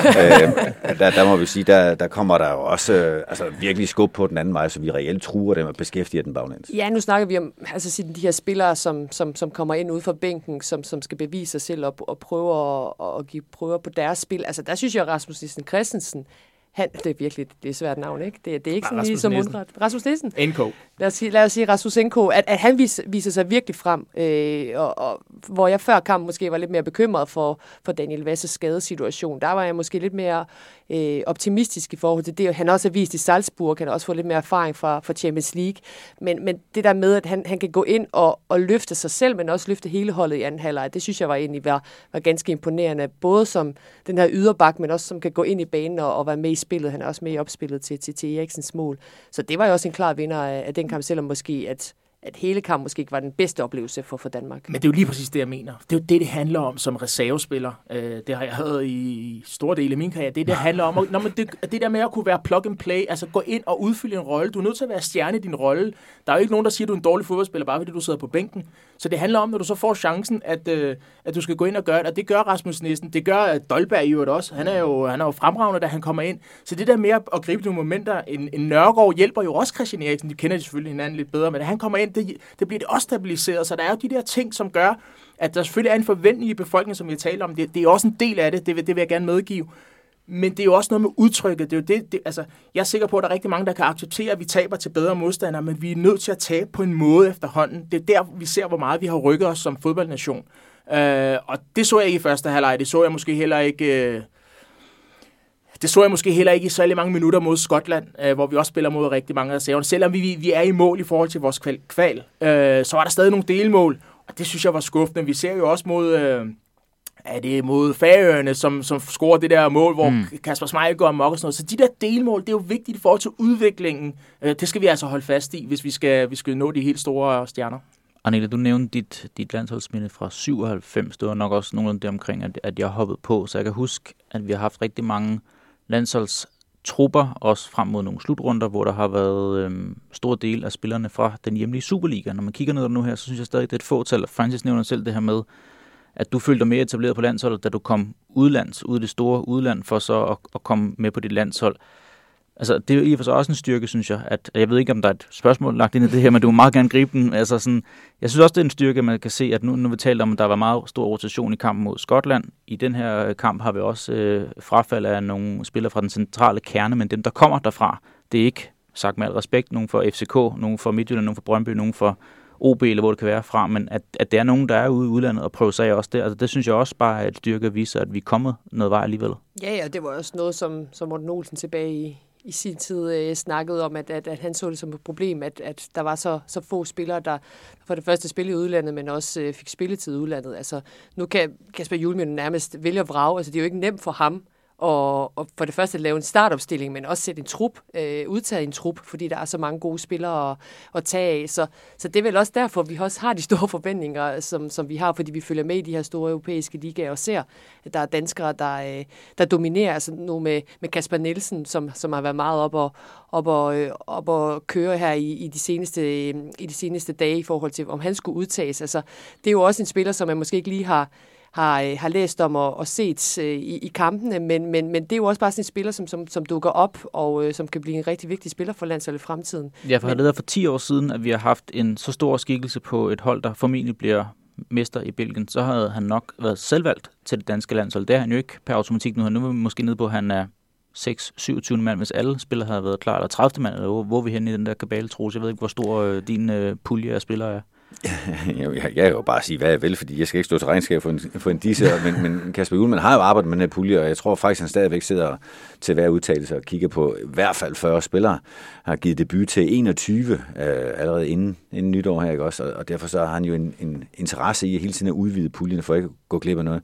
bakke. Der må vi sige, der kommer der jo også virkelig skub på den anden vej, så vi reelt truer dem og beskæftiger den baglæns. Ja, nu snakker vi om de her spillere, som kommer ind ude fra bænken, som skal bevise sig selv og prøve at give prøver på deres spil. Altså, der synes jeg, at Rasmus Nielsen Christensen, det er virkelig det er svært navn, ikke? Det er ikke sådan lige så mundret. Rasmus Nielsen? NK. Lad os sige Rasmus NK, at han viser sig virkelig frem, og hvor jeg før kampen måske var lidt mere bekymret for Daniel Vasses skadesituation. Der var jeg måske lidt mere optimistisk i forhold til det. Han også har vist i Salzburg, han har også fået lidt mere erfaring fra Champions League. Men det der med, at han kan gå ind og løfte sig selv, men også løfte hele holdet i anden halvleg, det synes jeg var ganske imponerende. Både som den her yderbak, men også som kan gå ind i banen og være med i spillet. Han er også med i opspillet til Eriksens mål. Så det var jo også en klar vinder af den kamp, selvom måske at hele kampen måske ikke var den bedste oplevelse for Danmark. Men det er jo lige præcis det, jeg mener. Det er jo det handler om som reservespiller. Det har jeg haft i store dele af min karriere. Det handler om, det der med at kunne være plug and play, altså gå ind og udfylde en rolle. Du er nødt til at være stjerne i din rolle. Der er jo ikke nogen, der siger, at du er en dårlig fodboldspiller, bare fordi du sidder på bænken. Så det handler om, når du så får chancen, at du skal gå ind og gøre det. Og det gør Rasmus Nielsen. Det gør Dolberg i øvrigt også. Han er jo fremragende, da han kommer ind. Så det der med at gribe nogle momenter, en Nørgaard hjælper jo også Christian Eriksen. De kender de selvfølgelig hinanden lidt bedre, men da han kommer ind, det bliver det også stabiliseret. Så der er jo de der ting, som gør, at der selvfølgelig er en forventning i befolkningen, som vi har talt om. Det er også en del af det. Det vil jeg gerne medgive. Men det er jo også noget med udtrykket. Det er jo altså, jeg er sikker på, at der er rigtig mange, der kan acceptere, at vi taber til bedre modstandere, men vi er nødt til at tabe på en måde efterhånden. Det er der, vi ser, hvor meget vi har rykket os som fodboldnation. Og det så jeg ikke i første halvleg. Det så jeg måske heller ikke i særlig mange minutter mod Skotland, hvor vi også spiller mod rigtig mange af serverne. Selvom vi er i mål i forhold til vores kval, så var der stadig nogle delmål, og det synes jeg var skuffende. Vi ser jo også mod er det mod Færøerne, som scorer det der mål, hvor Kasper Schmeichel går amok og sådan noget. Så de der delmål, det er jo vigtigt i forhold til udviklingen. Det skal vi altså holde fast i, hvis vi skal nå de helt store stjerner. Arnela, du nævnte dit landsholdsminde fra 97. Det var nok også nogenlunde det omkring, at jeg hoppede på. Så jeg kan huske, at vi har haft rigtig mange landsholdstrupper, også frem mod nogle slutrunder, hvor der har været stor del af spillerne fra den hjemlige Superliga. Når man kigger ned nu her, så synes jeg stadig, det er et fåtal. Francis nævner selv det her med, at du følte dig mere etableret på landsholdet, da du kom ud i det store udland, for så at komme med på dit landshold. Altså, det er jo i og for sig også en styrke, synes jeg. Jeg ved ikke, om der er et spørgsmål lagt ind i det her, men du må meget gerne gribe den. Altså, sådan, jeg synes også, det er en styrke, at man kan se, at nu vi taler om, at der var meget stor rotation i kampen mod Skotland. I den her kamp har vi også frafald af nogle spillere fra den centrale kerne, men dem, der kommer derfra, det er ikke, sagt med al respekt, nogen fra FCK, nogen fra Midtjylland, nogen fra Brøndby, nogen fra OB, eller hvor det kan være fra, men at der er nogen, der er ude i udlandet og prøver sig også der. Altså, det synes jeg også bare er et styrke at vise, at vi er kommet noget vej alligevel. Ja, det var også noget, som Morten Olsen tilbage i sin tid snakkede om, at han så det som et problem, at der var så få spillere, der for det første spillede i udlandet, men også fik spilletid i udlandet. Altså, nu kan Kasper Hjulmand nærmest vælge at vrage. Altså, det er jo ikke nemt for ham og for det første lave en startopstilling, men også sætte en trup, udtage en trup, fordi der er så mange gode spillere at tage af. Så det er vel også derfor, vi også har de store forventninger, som vi har, fordi vi følger med i de her store europæiske ligaer og ser, at der er danskere, der dominerer. Altså nu med Kasper Nielsen, som har været meget op og køre her i de seneste dage i forhold til, om han skulle udtages. Altså, det er jo også en spiller, som man måske ikke lige har læst om og set i kampene, men det er jo også bare sådan en spiller, som dukker op, og som kan blive en rigtig vigtig spiller for landsholdet i fremtiden. Ja, for det er for 10 år siden, at vi har haft en så stor skikkelse på et hold, der formentlig bliver mester i Belgien, så havde han nok været selvvalgt til det danske landshold. Det er han jo ikke per automatik nu. Nu er vi måske nede på, at han er 6-27 mand, hvis alle spillere havde været klar, eller 30 mand, eller hvor er vi henne i den der kabale, Troels? Jeg ved ikke, hvor stor din pulje af spillere er. Jeg kan jo bare sige, hvad jeg vil, fordi jeg skal ikke stå til regnskab for en disse, men Kasper Hjulmand har jo arbejdet med den her pulje, og jeg tror faktisk, han stadigvæk sidder til hver udtalelse og kigger på i hvert fald 40 spillere, har givet debut til 21 allerede inden nytår her, ikke også? Og derfor så har han jo en interesse i hele tiden at udvide puljen, for ikke at gå glip af noget.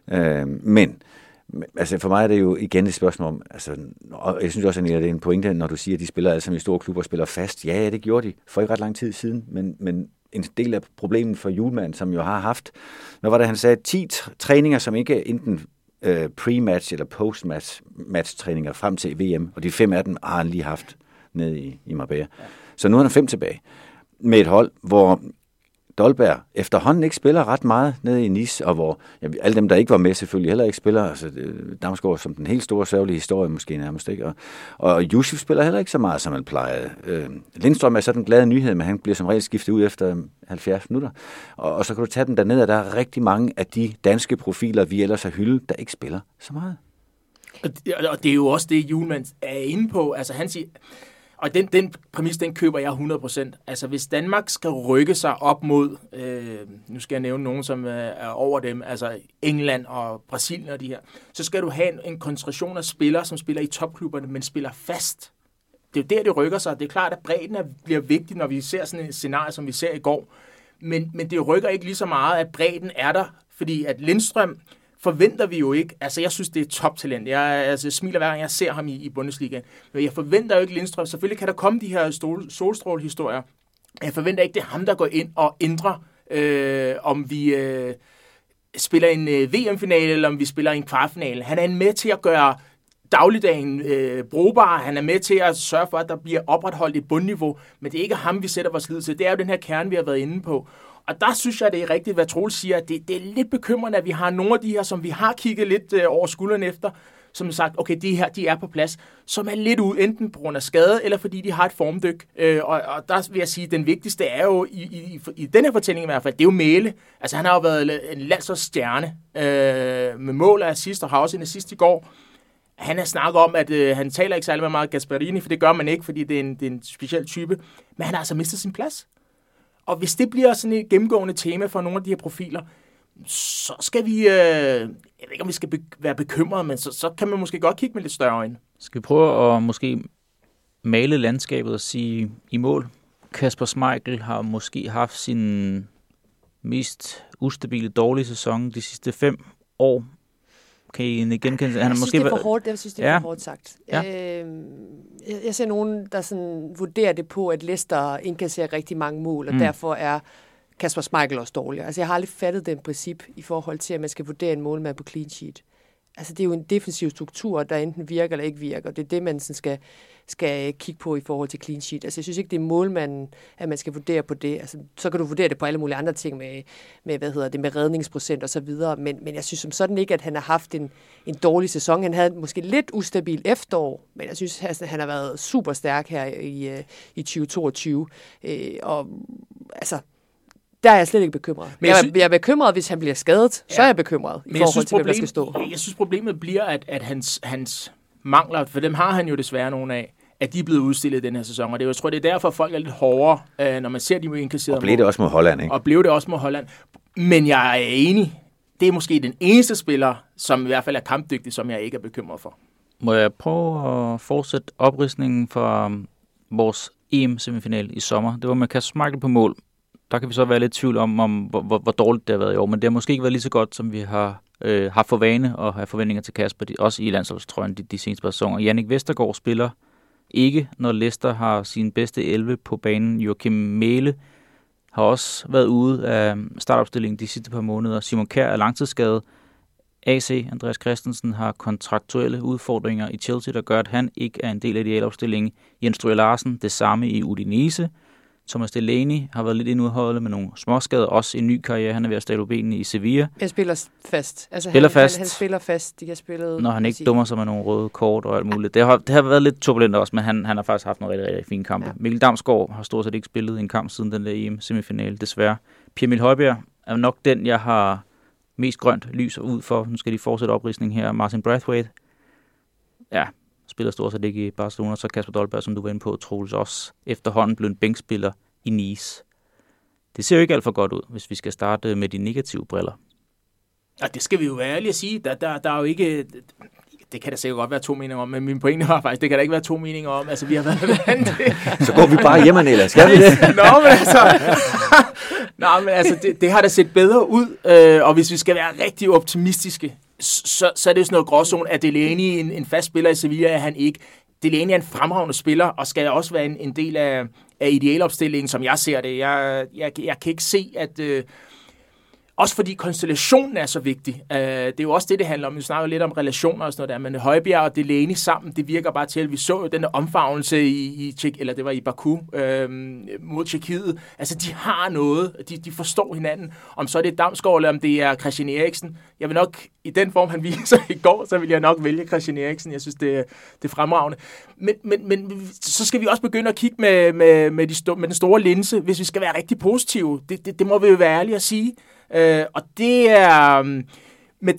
Men altså for mig er det jo igen et spørgsmål om, altså, og jeg synes også, at det er en pointe, når du siger, at de spiller altså i store klubber og spiller fast. Ja, det gjorde de for ikke ret lang tid siden, men en del af problemet for Hjulmand, som jo har haft, hvad var det, han sagde, 10 træninger, som ikke er enten pre-match eller post-match træninger frem til VM, og de 5 af dem har han lige haft nede i Marbella. Ja. Så nu er han 5 tilbage med et hold, hvor Dolberg efterhånden ikke spiller ret meget nede i Nice, og hvor alle dem, der ikke var med, selvfølgelig heller ikke spiller. Altså, Damsgaard som den helt store sørgelige historie måske nærmest ikke. Og Jusuf spiller heller ikke så meget, som han plejede. Lindstrøm er så den glade nyhed, men han bliver som regel skiftet ud efter 70 minutter. Og så kan du tage den derned, og der er rigtig mange af de danske profiler, vi ellers har hyldet, der ikke spiller så meget. Og det er jo også det, Hjulmand er inde på. Altså han siger... Og den præmis, den køber jeg 100%. Altså, hvis Danmark skal rykke sig op mod, nu skal jeg nævne nogen, som er over dem, altså England og Brasilien og de her, så skal du have en koncentration af spillere, som spiller i topklubberne, men spiller fast. Det er jo der, det rykker sig. Det er klart, at bredden bliver vigtig, når vi ser sådan et scenarie, som vi ser i går. Men det rykker ikke lige så meget, at bredden er der, fordi at Lindstrøm forventer vi jo ikke. Altså, jeg synes, det er toptalent. Jeg smiler hver gang, jeg ser ham i Bundesliga. Men jeg forventer jo ikke Lindstrøm. Selvfølgelig kan der komme de her solstrålehistorier. Jeg forventer ikke, det er ham, der går ind og ændrer, om vi spiller en VM-finale, eller om vi spiller en kvartfinale. Han er med til at gøre dagligdagen brugbar. Han er med til at sørge for, at der bliver opretholdt et bundniveau. Men det er ikke ham, vi sætter vores lid til. Det er jo den her kerne, vi har været inde på. Og der synes jeg, det er rigtigt, hvad Troels siger, at det er lidt bekymrende, at vi har nogle af de her, som vi har kigget lidt over skulderen efter, som har sagt, okay, de her, de er på plads, som er lidt ude, enten på grund af skade, eller fordi de har et formdyk. Og der vil jeg sige, at den vigtigste er jo, i den her fortælling i hvert fald, det er jo Mæle. Altså, han har jo været en landsholdsstjerne med mål af assist, og har også en assist i går. Han har snakket om, at han taler ikke særlig meget Gasperini, for det gør man ikke, fordi det er en speciel type, men han har altså mistet sin plads. Og hvis det bliver sådan et gennemgående tema for nogle af de her profiler, så skal vi, jeg ved ikke om vi skal være bekymrede, men så kan man måske godt kigge med lidt større øjne. Skal vi prøve at måske male landskabet og sige i mål? Kasper Schmeichel har måske haft sin mest ustabile, dårlige sæson de sidste 5 år. Kan I genkende? Jeg synes, det er for hårdt. Jeg synes, det er for hårdt sagt. Ja. Jeg ser nogen, der sådan vurderer det på, at Leicester indkasserer rigtig mange mål, og derfor er Kasper Schmeichel også dårlig. Altså, jeg har aldrig fattet den princip i forhold til, at man skal vurdere en målmand på clean sheet. Altså, det er jo en defensiv struktur, der enten virker eller ikke virker. Det er det, man sådan skal kigge på i forhold til clean sheet. Altså, jeg synes ikke, det er målmanden, at man skal vurdere på det. Altså, så kan du vurdere det på alle mulige andre ting med med redningsprocent og så videre. Men jeg synes som sådan ikke, at han har haft en dårlig sæson. Han havde måske lidt ustabil efterår, men jeg synes, at han har været super stærk her i 2022. Og altså, der er jeg slet ikke bekymret. Men jeg er bekymret, hvis han bliver skadet. Ja. Så er jeg bekymret i forhold til, hvem der skal stå. Jeg synes, problemet bliver, at hans mangler, for dem har han jo desværre nogle af, at de er blevet udstillet i den her sæson. Og jeg tror, det er derfor, folk er lidt hårdere, når man ser de indkasserede. Og blev det også mod Holland, ikke? Og blev det også mod Holland. Men jeg er enig. Det er måske den eneste spiller, som i hvert fald er kampdygtig, som jeg ikke er bekymret for. Må jeg prøve at fortsætte opridsningen for vores EM-semifinal i sommer? Det var med Kasper Schmeichel på mål. Der kan vi så være lidt i tvivl om hvor dårligt det har været i år, men det har måske ikke været lige så godt, som vi har haft for vane og have forventninger til Kasper, også i landsholdstrøjen de seneste par sæsoner. Jannik Vestergaard spiller ikke, når Leicester har sin bedste 11 på banen. Joachim Mæhle har også været ude af startopstillingen de sidste par måneder. Simon Kjær er langtidsskadet. AC, Andreas Christensen, har kontraktuelle udfordringer i Chelsea, der gør, at han ikke er en del af idealopstillingen. Jens Stryger Larsen, det samme i Udinese. Thomas Delaney har været lidt indudholdet med nogle småskader, også en ny karriere. Han er ved at stable benene i Sevilla. Han spiller fast. Altså han spiller fast. De har spillet. Når han ikke dummer sig med nogle røde kort og alt muligt. Det har været lidt turbulent også, men han har faktisk haft nogle rigtig, rigtig fine kampe. Ja. Mikkel Damsgaard har stort set ikke spillet en kamp siden den der EM-semifinale, desværre. Pierre-Emil Højbjerg er nok den, jeg har mest grønt lys ud for. Nu skal de fortsætte opridsning her. Martin Braithwaite. Ja, spiller stort set ikke i Barcelona, så Kasper Dolberg, som du var inde på, Troels også efterhånden blev en bænkspiller i Nice. Det ser jo ikke alt for godt ud, hvis vi skal starte med de negative briller. Ja, det skal vi jo være ærlige at sige. Der er jo ikke... Det kan der sikkert godt være 2 meninger om, men min pointe var faktisk, det kan der ikke være 2 meninger om. Altså, vi har været vant til... Så går vi bare hjem, Nella. Skal vi det? men altså, det har da set bedre ud. Og hvis vi skal være rigtig optimistiske, så er det jo sådan noget gråzone, at Delaney en fast spiller i Sevilla, er han ikke. Delaney er en fremragende spiller, og skal også være en del af idealopstillingen, som jeg ser det. Jeg kan ikke se, at... Også fordi konstellationen er så vigtig. Det er jo også det handler om. Vi snakker lidt om relationer og sådan noget der, men Højbjerg og Delaney sammen, det virker bare til, at vi så jo den der omfavnelse i Baku mod Tjekkiet. Altså, de har noget. De forstår hinanden. Om så er det Damsgaard, eller om det er Christian Eriksen. Jeg vil nok, i den form, han viser i går, så vil jeg nok vælge Christian Eriksen. Jeg synes, det er fremragende. Men så skal vi også begynde at kigge med den store linse, hvis vi skal være rigtig positive. Det må vi jo være ærlige at sige. Og det er med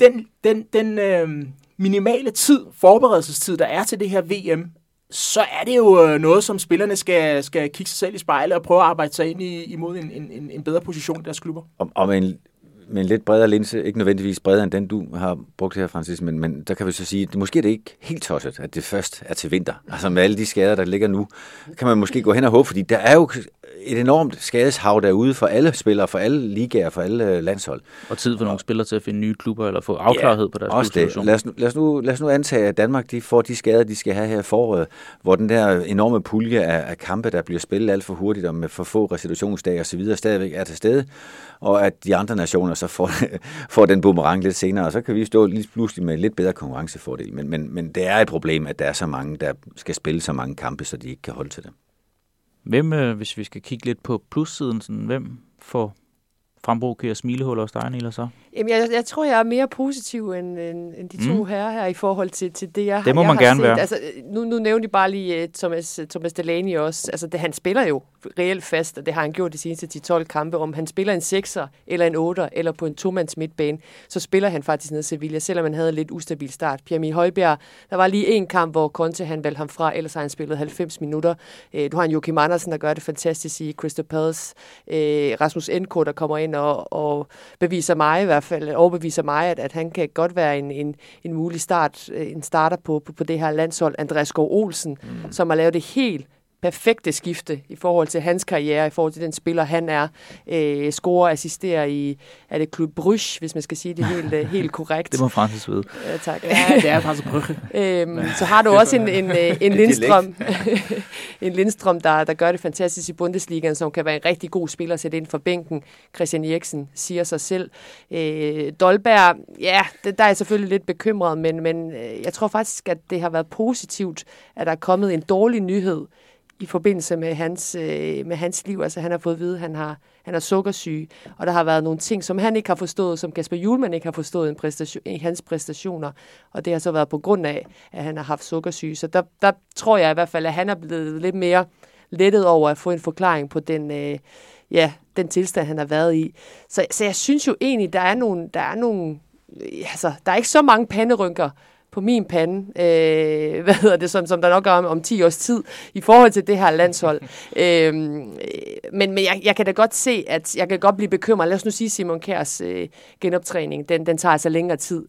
den minimale forberedelsestid, der er til det her VM, så er det jo noget, som spillerne skal kigge sig selv i spejlet og prøve at arbejde sig ind imod en bedre position i deres klubber. Og med en lidt bredere linse, ikke nødvendigvis bredere end den, du har brugt her, Francis, men der kan vi så sige, at måske er det ikke helt tosset, at det først er til vinter. Altså med alle de skader, der ligger nu, kan man måske gå hen og håbe, fordi der er jo et enormt skadeshav derude for alle spillere, for alle ligaer, for alle landshold. Og tid for nogle spillere til at finde nye klubber, eller få afklarhed på deres situation. Lad os nu antage, at Danmark de får de skader, de skal have her i foråret, hvor den der enorme pulje af kampe, der bliver spillet alt for hurtigt, og med for få restitutionsdage osv., stadigvæk er til stede, og at de andre nationer så får den boomerang lidt senere, og så kan vi stå lige pludselig med lidt bedre konkurrencefordel. Men det er et problem, at der er så mange, der skal spille så mange kampe, så de ikke kan holde til det. Hvem, hvis vi skal kigge lidt på plussiden, hvem får frembrugerer smilehuller hos dig, Nilla, så? Jamen, jeg tror, jeg er mere positiv end de to herrer her i forhold til det, jeg har set. Det må man gerne være. Altså, nu nævnte de bare lige Thomas Delaney også. Altså, han spiller jo reelt fast, og det har han gjort de seneste 10-12 kampe. Om han spiller en 6'er, eller en 8'er, eller på en 2-mands midtbane, så spiller han faktisk ned i Sevilla, selvom han havde en lidt ustabil start. Pierre-Emil Højbjerg, der var lige en kamp, hvor Conte han valgte ham fra, ellers har han spillet 90 minutter. Du har en Joachim Andersen, der gør det fantastisk i Crystal Palace. Rasmus Enko, der kommer ind og beviser mig i hvert fald, overbeviser mig, at han kan godt være en mulig starter på det her landshold. Andreas Skov Olsen, som har lavet det helt perfekte skifte i forhold til hans karriere, i forhold til den spiller, han er. Scorer, assisterer i, er det Club Brugge, hvis man skal sige det helt korrekt. Det må Francis vide. Ja, tak. Ja, det er Francis Brugge. Så har du også en Lindstrøm, en Lindstrøm, der gør det fantastisk i Bundesligaen, som kan være en rigtig god spiller at sætte ind for bænken. Christian Eriksen siger sig selv. Dolberg, ja, der er jeg selvfølgelig lidt bekymret, men jeg tror faktisk, at det har været positivt, at der er kommet en dårlig nyhed i forbindelse med hans liv. Altså han har fået at vide, at han er sukkersyg, og der har været nogle ting, som han ikke har forstået, som Kasper Hjulmand ikke har forstået i hans præstationer, og det har så været på grund af, at han har haft sukkersyge. Så der tror jeg i hvert fald, at han er blevet lidt mere lettet over at få en forklaring på den tilstand, han har været i. Så jeg synes jo egentlig, der er ikke så mange panderynker på min pande, som der nok er om 10 års tid, i forhold til det her landshold. Men jeg kan da godt se, at jeg kan godt blive bekymret. Lad os nu sige, Simon Kjærs genoptræning, den tager altså længere tid,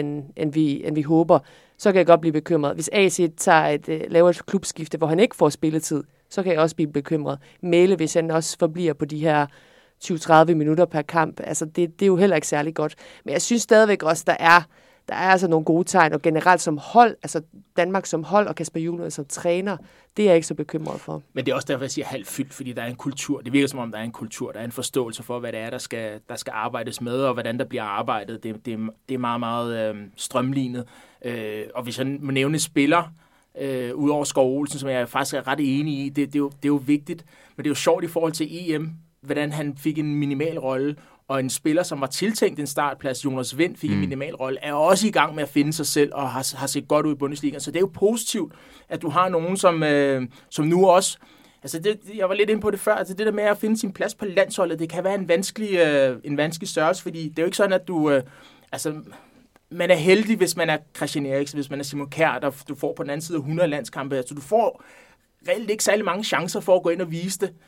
end vi håber. Så kan jeg godt blive bekymret. Hvis AC laver et klubskifte, hvor han ikke får spilletid, så kan jeg også blive bekymret. Mæle, hvis han også forbliver på de her 20-30 minutter per kamp. Altså, det er jo heller ikke særlig godt. Men jeg synes stadigvæk også, der er altså nogle gode tegn, og generelt som hold, altså Danmark som hold og Kasper Hjulmand som træner, det er jeg ikke så bekymret for. Men det er også derfor, jeg siger halvt fyldt, fordi der er en kultur. Det virker som om, der er en kultur, der er en forståelse for, hvad det er, der skal arbejdes med, og hvordan der bliver arbejdet. Det er meget, meget strømlignet. Og hvis jeg må nævne spiller, udover Skov Olsen, som jeg faktisk er ret enig i, det er jo vigtigt, men det er jo sjovt i forhold til EM, hvordan han fik en minimal rolle, og en spiller, som var tiltænkt en startplads, Jonas Wind, fik en minimal rolle, er også i gang med at finde sig selv, og har set godt ud i Bundesligaen. Så det er jo positivt, at du har nogen, som nu også... Altså jeg var lidt inde på det før, altså det der med at finde sin plads på landsholdet, det kan være en vanskelig størrelse, fordi det er jo ikke sådan, at du... man er heldig, hvis man er Christian Eriksen, hvis man er Simon Kjær, du får på den anden side 100 landskampe. Altså du får reelt ikke særlig mange chancer for at gå ind og vise det.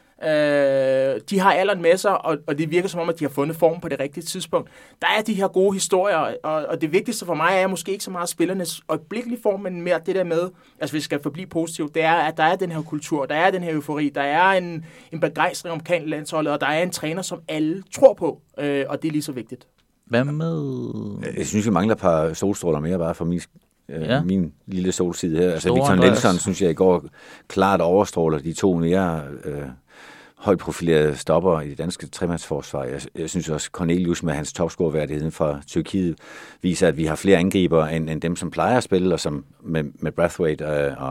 De har alderen med sig, og det virker som om, at de har fundet form på det rigtige tidspunkt. Der er de her gode historier, og det vigtigste for mig er måske ikke så meget spillernes øjeblikkelige form, men mere det der med, altså hvis vi skal forblive positivt, det er, at der er den her kultur, der er den her eufori, der er en begejstring omkring landsholdet, og der er en træner, som alle tror på, og det er lige så vigtigt. Hvad med... Jeg synes, vi mangler et par solstråler mere, bare for min lille solside her. Altså Victor Nelsson, synes jeg, i går klart overstråler de to mere højt profilerede stopper i det danske tremandsforsvar. Jeg synes også, Cornelius med hans topscoreværdighed fra Tyrkiet viser, at vi har flere angriber end dem, som plejer at spille, og som med Brathwaite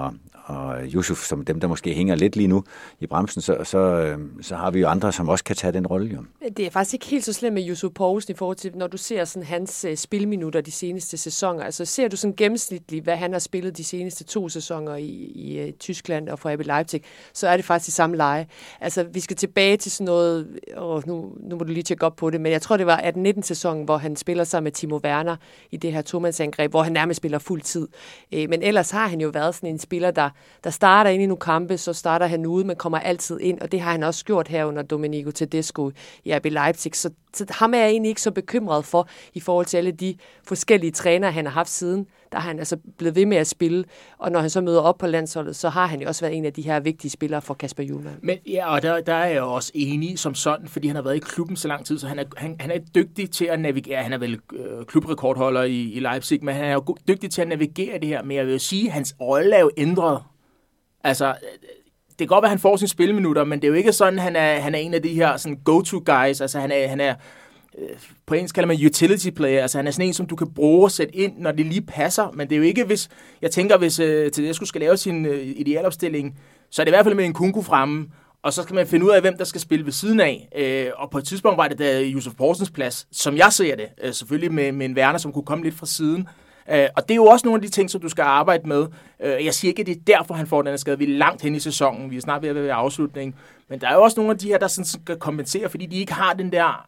og Yusuf, som dem, der måske hænger lidt lige nu i bremsen, så har vi jo andre, som også kan tage den rolle. Jo. Det er faktisk ikke helt så slemt med Yusuf Poulsen i forhold til, når du ser sådan hans spilminutter de seneste sæsoner. Altså ser du sådan gennemsnitligt, hvad han har spillet de seneste 2 sæsoner i Tyskland og for RB Leipzig, så er det faktisk i samme leje. Altså vi skal tilbage til sådan noget, nu må du lige tjekke op på det, men jeg tror det var 18-19 sæsonen, hvor han spiller sammen med Timo Werner i det her tomandsangreb, hvor han nærmest spiller fuld tid. Men ellers har han jo været sådan en spiller, der starter ind i nogle kampe, så starter han ude, men kommer altid ind, og det har han også gjort her under Domenico Tedesco i RB Leipzig. Så ham er jeg egentlig ikke så bekymret for, i forhold til alle de forskellige trænere, han har haft siden. Der har han altså blevet ved med at spille, og når han så møder op på landsholdet, så har han jo også været en af de her vigtige spillere for Kasper Hjulmand. Men ja, og der er jeg også enig som sådan, fordi han har været i klubben så lang tid, så han er dygtig til at navigere. Han er vel klubrekordholder i Leipzig, men han er jo dygtig til at navigere det her. Men jeg vil jo sige, at hans rolle er jo ændret. Altså, det kan godt være, at han får sine spilminutter, men det er jo ikke sådan, han er en af de her sådan go-to guys. Altså, han er på engelsk kalder man utility player. Altså, han er sådan en, som du kan bruge og sætte ind, når det lige passer. Men det er jo ikke, hvis Tedesco skal lave sin idealopstilling, så er det i hvert fald med en Kunku fremme, og så skal man finde ud af, hvem der skal spille ved siden af. Og på et tidspunkt var det da Yusuf Poulsens plads, som jeg ser det. Selvfølgelig med en Werner, som kunne komme lidt fra siden. Og det er jo også nogle af de ting, som du skal arbejde med. Jeg siger ikke, at det er derfor, han får den her skade. Vi er langt hen i sæsonen. Vi er snart ved at være ved afslutningen. Men der er jo også nogle af de her, der sådan skal kompensere, fordi de ikke har den der...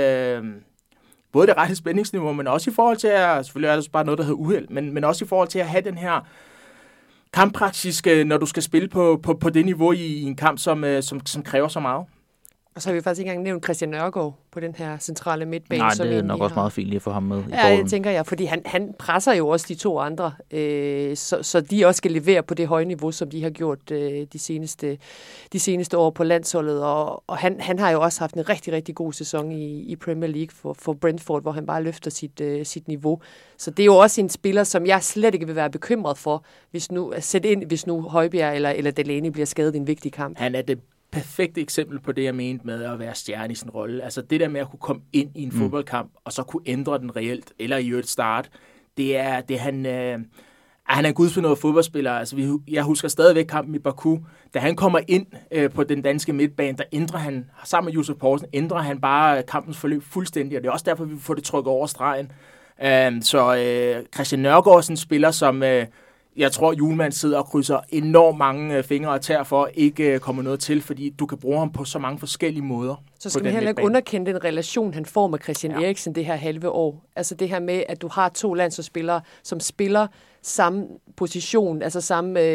både det rette spændingsniveau, men også i forhold til at... Selvfølgelig er det bare noget, der hedder uheld, men også i forhold til at have den her kamppraksis, når du skal spille på det niveau i en kamp, som kræver så meget. Og så har vi faktisk ikke engang nævnt Christian Nørgaard på den her centrale midtbane. Nej, det er nok også meget fint lige at få ham med i Ja, det tænker jeg, fordi han presser jo også de to andre, så de også skal levere på det høje niveau, som de har gjort de seneste år på landsholdet. Og han har jo også haft en rigtig, rigtig god sæson i Premier League for Brentford, hvor han bare løfter sit niveau. Så det er jo også en spiller, som jeg slet ikke vil være bekymret for, hvis nu Højbjerg eller Delaney bliver skadet i en vigtig kamp. Han er det perfekte eksempel på det, jeg mente med at være stjerne i sin rolle. Altså det der med at kunne komme ind i en fodboldkamp, og så kunne ændre den reelt, eller i et start, han er en gudsbenået fodboldspiller. Altså jeg husker stadigvæk kampen i Baku. Da han kommer ind på den danske midtbane, der ændrer han, sammen med Josef Poulsen, ændrer han bare kampens forløb fuldstændig, og det er også derfor, vi får det trykket over stregen. Christian Nørgaard er en spiller, som jeg tror, Hjulmand sidder og krydser enormt mange fingre og tær for ikke kommer noget til, fordi du kan bruge ham på så mange forskellige måder. Så skal man heller ikke underkende den relation, han får med Christian Eriksen det her halve år. Altså det her med, at du har to landsholdsspillere, som spiller samme position, altså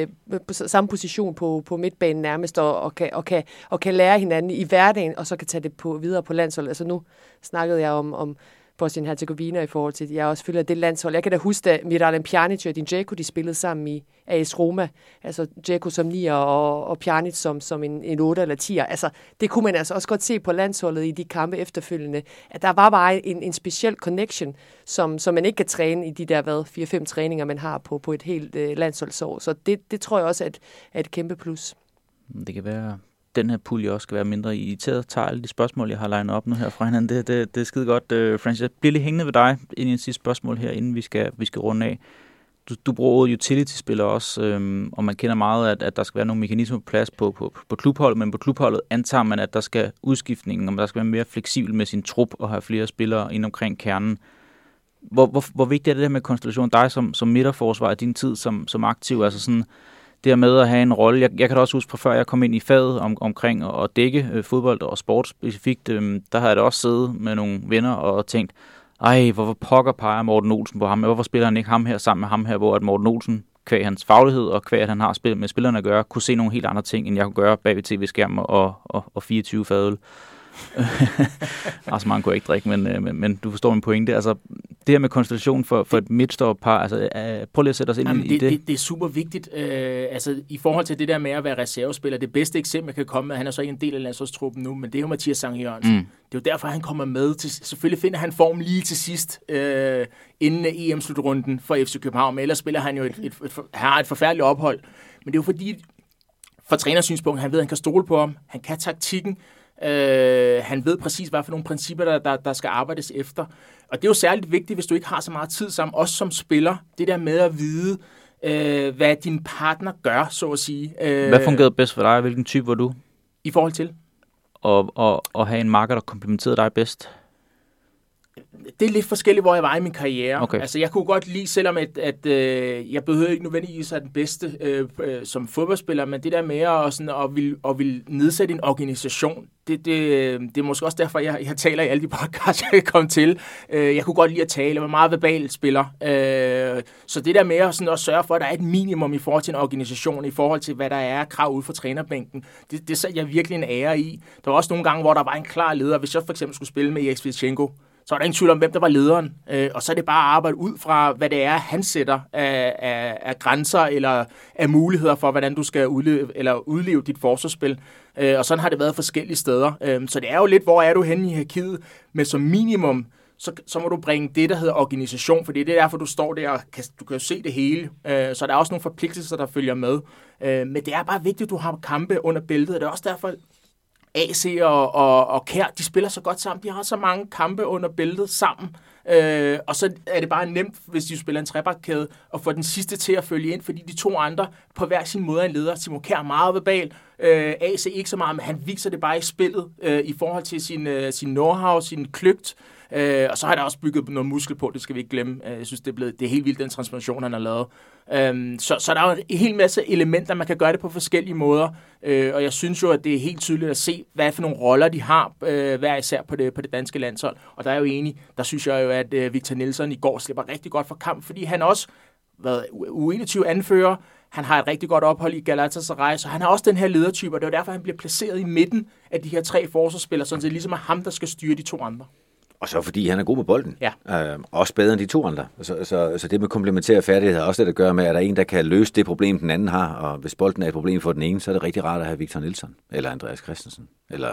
samme position på midtbanen nærmest, og kan lære hinanden i hverdagen, og så kan tage det videre på landsholdet. Altså nu snakkede jeg om Bosnien-Herzegovina i forhold til, at jeg også følger det landshold. Jeg kan da huske, at Miralem Pjanic og Edin Dzeko, de spillede sammen i AS Roma. Altså Dzeko som 9'er og Pjanic som en 8 eller 10'er. Altså det kunne man altså også godt se på landsholdet i de kampe efterfølgende, at der var bare en speciel connection, som man ikke kan træne i de der 4-5 træninger, man har på et helt landsholdsår. Så det tror jeg også er et kæmpe plus. Det kan være, den her pulje også skal være mindre irriteret. Tager alle de spørgsmål, jeg har legnet op nu her fra hinanden. Det er skide godt, Francis. Jeg bliver lige hængende ved dig ind i en sidste spørgsmål her, inden vi skal runde af. Du bruger ordet utility-spiller også, og man kender meget, at der skal være nogle mekanismer på plads på klubholdet, men på klubholdet antager man, at der skal udskiftningen, og der skal være mere fleksibel med sin trup og have flere spillere ind omkring kernen. Hvor vigtigt er det der med konstellation? Dig som midterforsvar i din tid som aktiv, altså sådan det her med at have en rolle. Jeg kan da også huske fra før jeg kom ind i faget omkring at dække fodbold og sport specifikt, der havde jeg da også siddet med nogle venner og tænkt, hvorfor pokker peger Morten Olsen på ham? Hvorfor spiller han ikke ham her sammen med ham her, hvor at Morten Olsen, kvæg hans faglighed og kvæg at han har spillet med spillerne at gøre, kunne se nogle helt andre ting, end jeg kunne gøre bag ved tv-skærmen og 24 fadøl. Altså, man kunne ikke drikke, men du forstår min pointe. Altså, det her med konstellation for et midtstopperpar, altså, prøv lige at sætte os ind i det. Det er super vigtigt. Altså, i forhold til det der med at være reservespiller, det bedste eksempel, jeg kan komme med, han er så ikke en del af landsholdstruppen nu, men det er jo Mathias Sange Jørgensen. Det er jo derfor, han kommer med. Selvfølgelig finder han form lige til sidst, inden EM-slutrunden for FC København, men ellers spiller han jo har et forfærdeligt ophold. Men det er jo fordi, fra trænersynspunkt, han ved, at han kan stole på ham, han kan taktikken, han ved præcis, hvad for nogle principper, der skal arbejdes efter. Og det er jo særligt vigtigt, hvis du ikke har så meget tid sammen, også som spiller. Det der med at vide, hvad din partner gør, så at sige. Hvad fungerede bedst for dig? Hvilken type var du? I forhold til? Og have en makker, der komplementerede dig bedst? Det er lidt forskelligt, hvor jeg var i min karriere. Okay. Altså, jeg kunne godt lide, selvom at jeg behøvede ikke nødvendigvis at den bedste som fodboldspiller, men det der med at ville nedsætte en organisation, det er måske også derfor, jeg taler i alle de podcasts, jeg kom til. Jeg kunne godt lide at tale, jeg var meget verbal spiller. Så det der med at sørge for, at der er et minimum i forhold til en organisation, i forhold til, hvad der er krav ude for trænerbænken, det satte jeg virkelig en ære i. Der var også nogle gange, hvor der var en klar leder. Hvis jeg for eksempel skulle spille med Erik Sviatchenko, så er der ingen tvivl om, hvem der var lederen. Og så er det bare at arbejde ud fra, hvad det er, han sætter af grænser eller af muligheder for, hvordan du skal udleve dit forsvarsspil. Og sådan har det været forskellige steder. Så det er jo lidt, hvor er du henne i hierarkiet, men som minimum, så må du bringe det, der hedder organisation, for det er derfor, du står der og du kan jo se det hele. Så der er også nogle forpligtelser, der følger med. Men det er bare vigtigt, at du har kampe under bæltet, og det er også derfor, AC og Kjær, de spiller så godt sammen. De har så mange kampe under bæltet sammen. Og så er det bare nemt, hvis de spiller en trebakkæde, at få den sidste til at følge ind, fordi de to andre på hver sin måde er en leder. Timo Kjær er meget verbal, AC ikke så meget, men han viser det bare i spillet i forhold til sin know-how, sin kløgt. Og så har der også bygget noget muskel på, det skal vi ikke glemme. Jeg synes, det er helt vildt, den transformation, han har lavet. Så der er jo en hel masse elementer, man kan gøre det på forskellige måder. Og jeg synes jo, at det er helt tydeligt at se, hvad for nogle roller de har, hver især på det danske landshold. Og der er jo enig, der synes jeg jo, at Victor Nilsson i går slipper rigtig godt for kamp, fordi han også været U21-anfører. Han har et rigtig godt ophold i Galatasaray, så han har også den her ledertype, og det er derfor, han bliver placeret i midten af de her 3 forsvarsspillere, sådan så det ligesom er ham, der skal styre de 2 andre. Og så fordi han er god med bolden. Ja. Også bedre end de 2 andre. Så det med komplementære færdigheder har også det at gøre med, at der er en, der kan løse det problem, den anden har. Og hvis bolden er et problem for den ene, så er det rigtig rart at have Victor Nilsson, eller Andreas Christensen, eller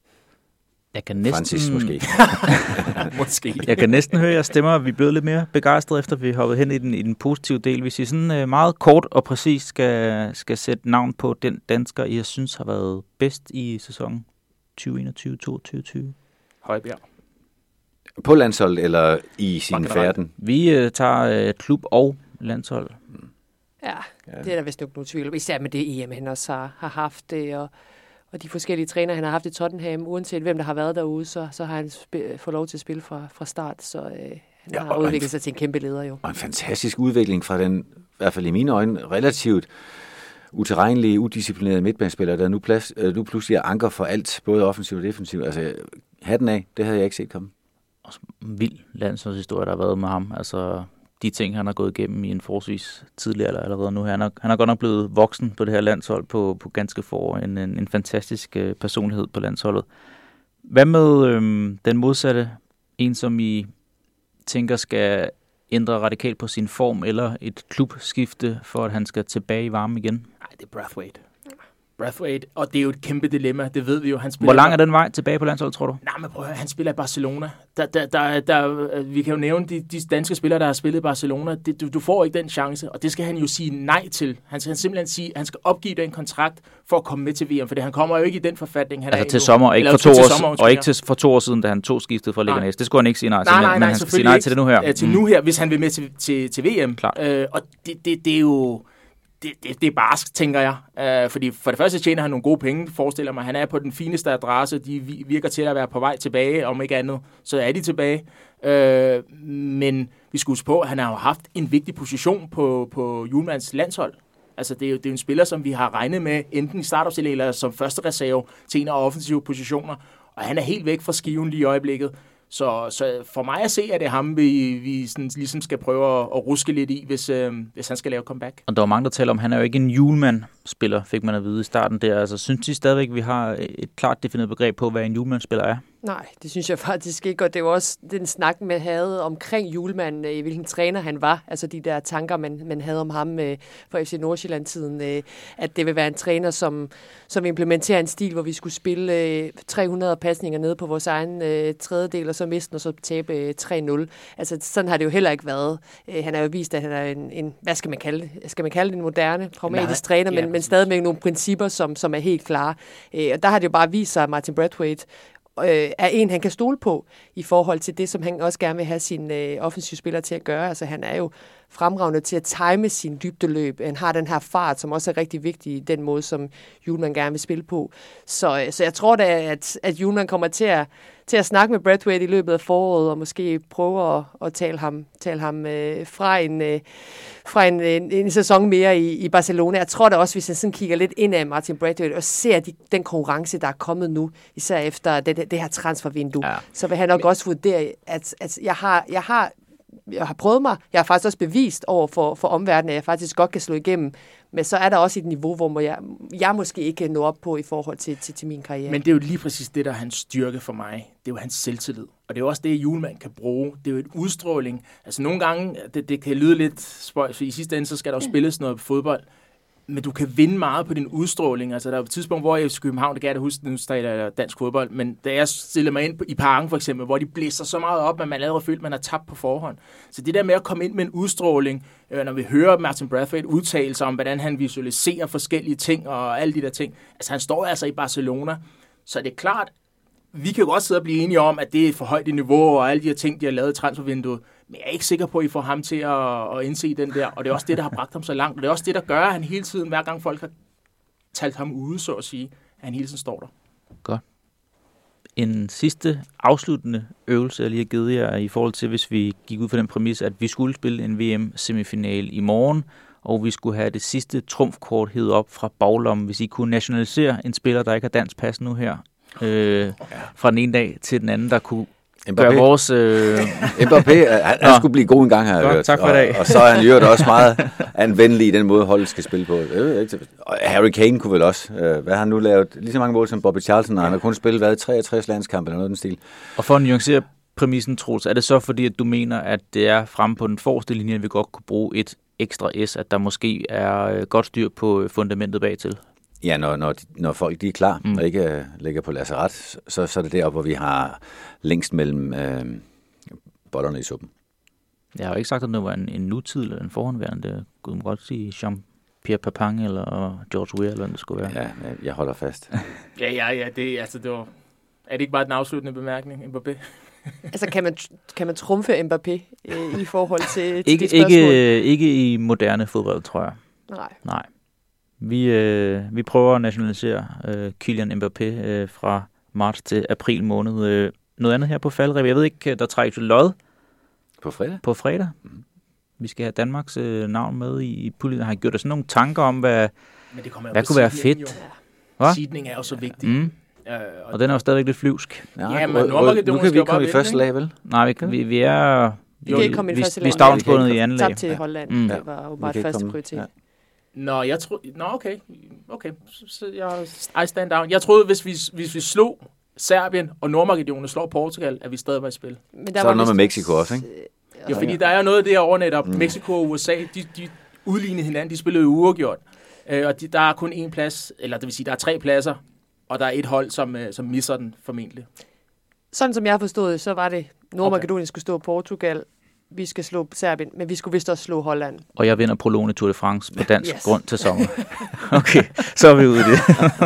Francis måske. Måske. Jeg kan næsten høre jeres stemmer, vi er blevet lidt mere begejstrede, efter vi hoppede hen i den positive del. Hvis I sådan meget kort og præcis skal sætte navn på den dansker, I synes har været bedst i sæsonen 2021-2022. Højbjerg. På landshold eller i sin færden? Vi tager klub og landshold. Ja, det er der vist nok nogen tvivl. Især med det EM, han også har haft det, og de forskellige trænere, han har haft i Tottenham, uanset hvem der har været derude, så har han fået lov til at spille fra start, så han har udviklet sig til en kæmpe leder jo. Og en fantastisk udvikling fra den, i hvert fald i mine øjne, relativt utilregnelige, udisciplinerede midtbanespillere, der nu pludselig er anker for alt, både offensivt og defensivt. Altså, hatten af, det havde jeg ikke set komme. Også vild landsholdshistorie, der har været med ham. Altså, de ting, han har gået igennem i en forholdsvis tidligere eller allerede nu. Han er godt nok blevet voksen på det her landshold på ganske få år. En fantastisk personlighed på landsholdet. Hvad med den modsatte? En, som I tænker skal ændre radikalt på sin form, eller et klubskifte, for at han skal tilbage i varmen igen? Nej, det er Braithwaite. Og det er jo et kæmpe dilemma, det ved vi jo. Hvor lang er den vej tilbage på landsholdet, tror du? Nej, men prøv at høre, han spiller i Barcelona. Vi kan jo nævne de danske spillere, der har spillet i Barcelona. Du får ikke den chance, og det skal han jo sige nej til. Han skal simpelthen sige, at han skal opgive den kontrakt for at komme med til VM, for han kommer jo ikke i den forfatning, han altså er til sommer, ikke for 2 år, og ikke for 2 år siden, da han tog skiftet fra Leganes. Det skulle han ikke sige nej til, men han skal sige nej til det nu her. Til nu her, hvis han vil med til VM. Og det er jo... Det er barsk, tænker jeg. Fordi for det første tjener han nogle gode penge, forestiller mig. Han er på den fineste adresse. De virker til at være på vej tilbage, om ikke andet. Så er de tilbage. Men vi skal huske på, at han har jo haft en vigtig position på Hjulmands landshold. Altså, det er jo en spiller, som vi har regnet med, enten i startopstilling eller som første reserve til en af offensive positioner. Og han er helt væk fra skiven lige i øjeblikket. Så for mig at se, at det er ham, vi sådan, ligesom skal prøve at ruske lidt i, hvis han skal lave comeback. Og der var mange, der taler om, han er jo ikke en Hjulmand-spiller, fik man at vide i starten der. Altså, synes I stadigvæk, vi har et klart defineret begreb på, hvad en Hjulmand-spiller er? Nej, det synes jeg faktisk ikke, og det var også den snak, man havde omkring Hjulmand, hvilken træner han var, altså de der tanker, man havde om ham for FC Nordsjælland-tiden, at det vil være en træner, som implementerer en stil, hvor vi skulle spille 300 pasninger nede på vores egen tredjedel, og så miste den, og så tabe 3-0. Altså sådan har det jo heller ikke været. Han har jo vist, at han er en hvad skal man kalde det? Skal man kalde det en moderne, pragmatisk træner, men stadig med nogle principper, som er helt klare. Og der har det jo bare vist sig, at Martin Braithwaite er en, han kan stole på i forhold til det, som han også gerne vil have sine offensive spillere til at gøre. Altså han er jo fremragende til at time sin dybdeløb. Han har den her fart, som også er rigtig vigtig i den måde, som Hjulmand gerne vil spille på. Så jeg tror da, at Hjulmand kommer til at snakke med Braithwaite i løbet af foråret, og måske prøve at tale ham fra en sæson mere i Barcelona. Jeg tror da også, hvis jeg sådan kigger lidt ind af Martin Braithwaite og ser den konkurrence, der er kommet nu, især efter det her transfervindue, så vil han nok også vurdere, at jeg har prøvet mig. Jeg har faktisk også bevist over for omverdenen, at jeg faktisk godt kan slå igennem. Men så er der også et niveau, hvor jeg måske ikke kan nå op på i forhold til min karriere. Men det er jo lige præcis det, der er hans styrke for mig. Det er jo hans selvtillid. Og det er jo også det, Hjulmand kan bruge. Det er jo et udstråling. Altså nogle gange, det kan lyde lidt spøjs, for i sidste ende, så skal der jo spilles noget fodbold. Men du kan vinde meget på din udstråling. Altså, der er et tidspunkt, hvor jeg i København, det kan jeg da huske, nu stadig dansk fodbold, men da jeg stiller mig ind i Parken for eksempel, hvor de blæser så meget op, at man allerede føler, at man har tabt på forhånd. Så det der med at komme ind med en udstråling, når vi hører Martin Braithwaite udtale sig om, hvordan han visualiserer forskellige ting og alle de der ting. Altså, han står altså i Barcelona, så det er klart, vi kan jo godt sidde og blive enige om, at det er for højt i niveau, og alle de her ting, de har lavet i transfervinduet. Men jeg er ikke sikker på, at I får ham til at indse den der. Og det er også det, der har bragt ham så langt. Og det er også det, der gør, at han hele tiden, hver gang folk har talt ham ude, så at sige, at han hele tiden står der. Godt. En sidste afsluttende øvelse, jeg lige har givet jer, i forhold til, hvis vi gik ud fra den præmis, at vi skulle spille en VM-semifinal i morgen, og vi skulle have det sidste trumfkort hævet op fra baglommen, hvis I kunne nationalisere en spiller, der ikke har dansk pas nu her, fra den ene dag til den anden, der kunne gør vores... Mbappé, han skulle blive god en gang, har jeg hørt. Tak for i dag. Og så er han jo også meget anvendelig i den måde, holdet skal spille på. Og Harry Kane kunne vel også. Hvad har han nu lavet? Lige så mange mål som Bobby Charlton, og han har kun spillet 63 landskampe eller noget den stil. Og for at nuancere præmissen, Troels, er det så fordi, at du mener, at det er fremme på den forreste linje, at vi godt kunne bruge et ekstra S, at der måske er godt styr på fundamentet bagtil? Ja, når folk de er klar og ikke ligger på lazaret, så er det deroppe, hvor vi har længst mellem bollerne i suppen. Jeg har jo ikke sagt, at det var en nutid eller en forhåndværende. Det kunne man godt sige Jean-Pierre Papin eller George Weah, eller hvad det skulle være. Ja, jeg holder fast. Ja, det var... Er det ikke bare den afsluttende bemærkning, Mbappé? Altså, kan man trumfe Mbappé i forhold til det spørgsmål? Ikke i moderne fodbold, tror jeg. Nej. Vi prøver at nationalisere Kylian Mbappé fra marts til april måned. Noget andet her på faldrebet. Jeg ved ikke, der trækker lod. På fredag. Mm. Vi skal have Danmarks navn med i puljen. Har I gjort sådan nogle tanker om, hvad kunne være fedt? Seedning er jo så vigtig. Og den er jo stadigvæk lidt flyvsk. Ja, men nu kan vi ikke komme i første lag, vel? Nej, vi er... Vi kan ikke komme i første lag. Vi er stavnsbundet i anden lag. Tabt til Holland. Det var jo bare et første prioritet. Ja. Nå, jeg tror... Nå, okay. Så I stand down. Jeg troede, hvis vi slog Serbien og Nordmakedonien slår Portugal, at vi stadig var i spil. Men der så er der noget med Mexico også, ikke? Ja, fordi der er noget derovre netop. Mexico og USA, de udlignede hinanden. De spillede jo uafgjort. Og der er kun én plads, eller det vil sige, der er 3 pladser, og der er et hold, som misser den formentlig. Sådan som jeg har forstået, så var det, Nordmakedonien skulle stå Portugal, vi skal slå Serbien, men vi skulle vist også slå Holland. Og jeg vinder prologen i Tour de France på dansk grund til sommer. Okay, så er vi ude i det.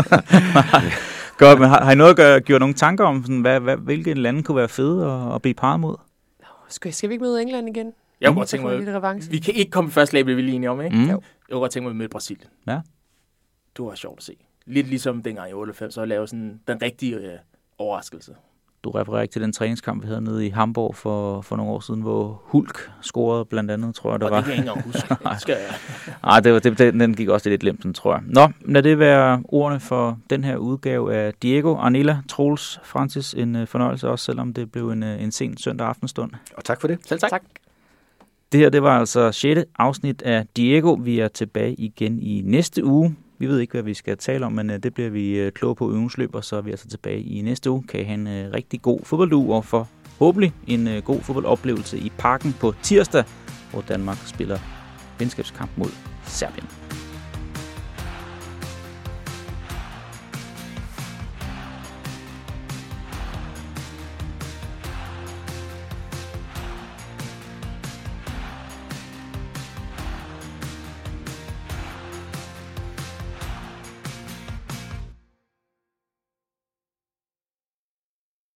Godt, men har I gjort nogle tanker om, sådan, hvilke lande kunne være fede at blive parret mod? Skal vi ikke møde England igen? Jeg kunne godt tænke mig, vi kan ikke komme i første lag, bliver vi lige enige om, ikke? Jeg kunne godt tænke mig at møde Brasilien. Ja. Det var sjovt at se. Lidt ligesom dengang i 98, så lavede sådan den rigtige overraskelse. Du refererer ikke til den træningskamp, vi havde nede i Hamburg for nogle år siden, hvor Hulk scorede blandt andet, tror jeg, der var. Det kan jeg ikke engang huske. Nej, den gik også lidt glemt, tror jeg. Nå, lad det være ordene for den her udgave af Diego, Arnilla, Troels, Francis. En fornøjelse også, selvom det blev en sen søndag aftenstund. Og tak for det. Selv tak. Det her, det var altså 6. afsnit af Diego. Vi er tilbage igen i næste uge. Vi ved ikke, hvad vi skal tale om, men det bliver vi kloge på ugens løb, og så er vi altså tilbage i næste uge. Kan I have en rigtig god fodbolduge, og forhåbentlig en god fodboldoplevelse i Parken på tirsdag, hvor Danmark spiller venskabskamp mod Serbien.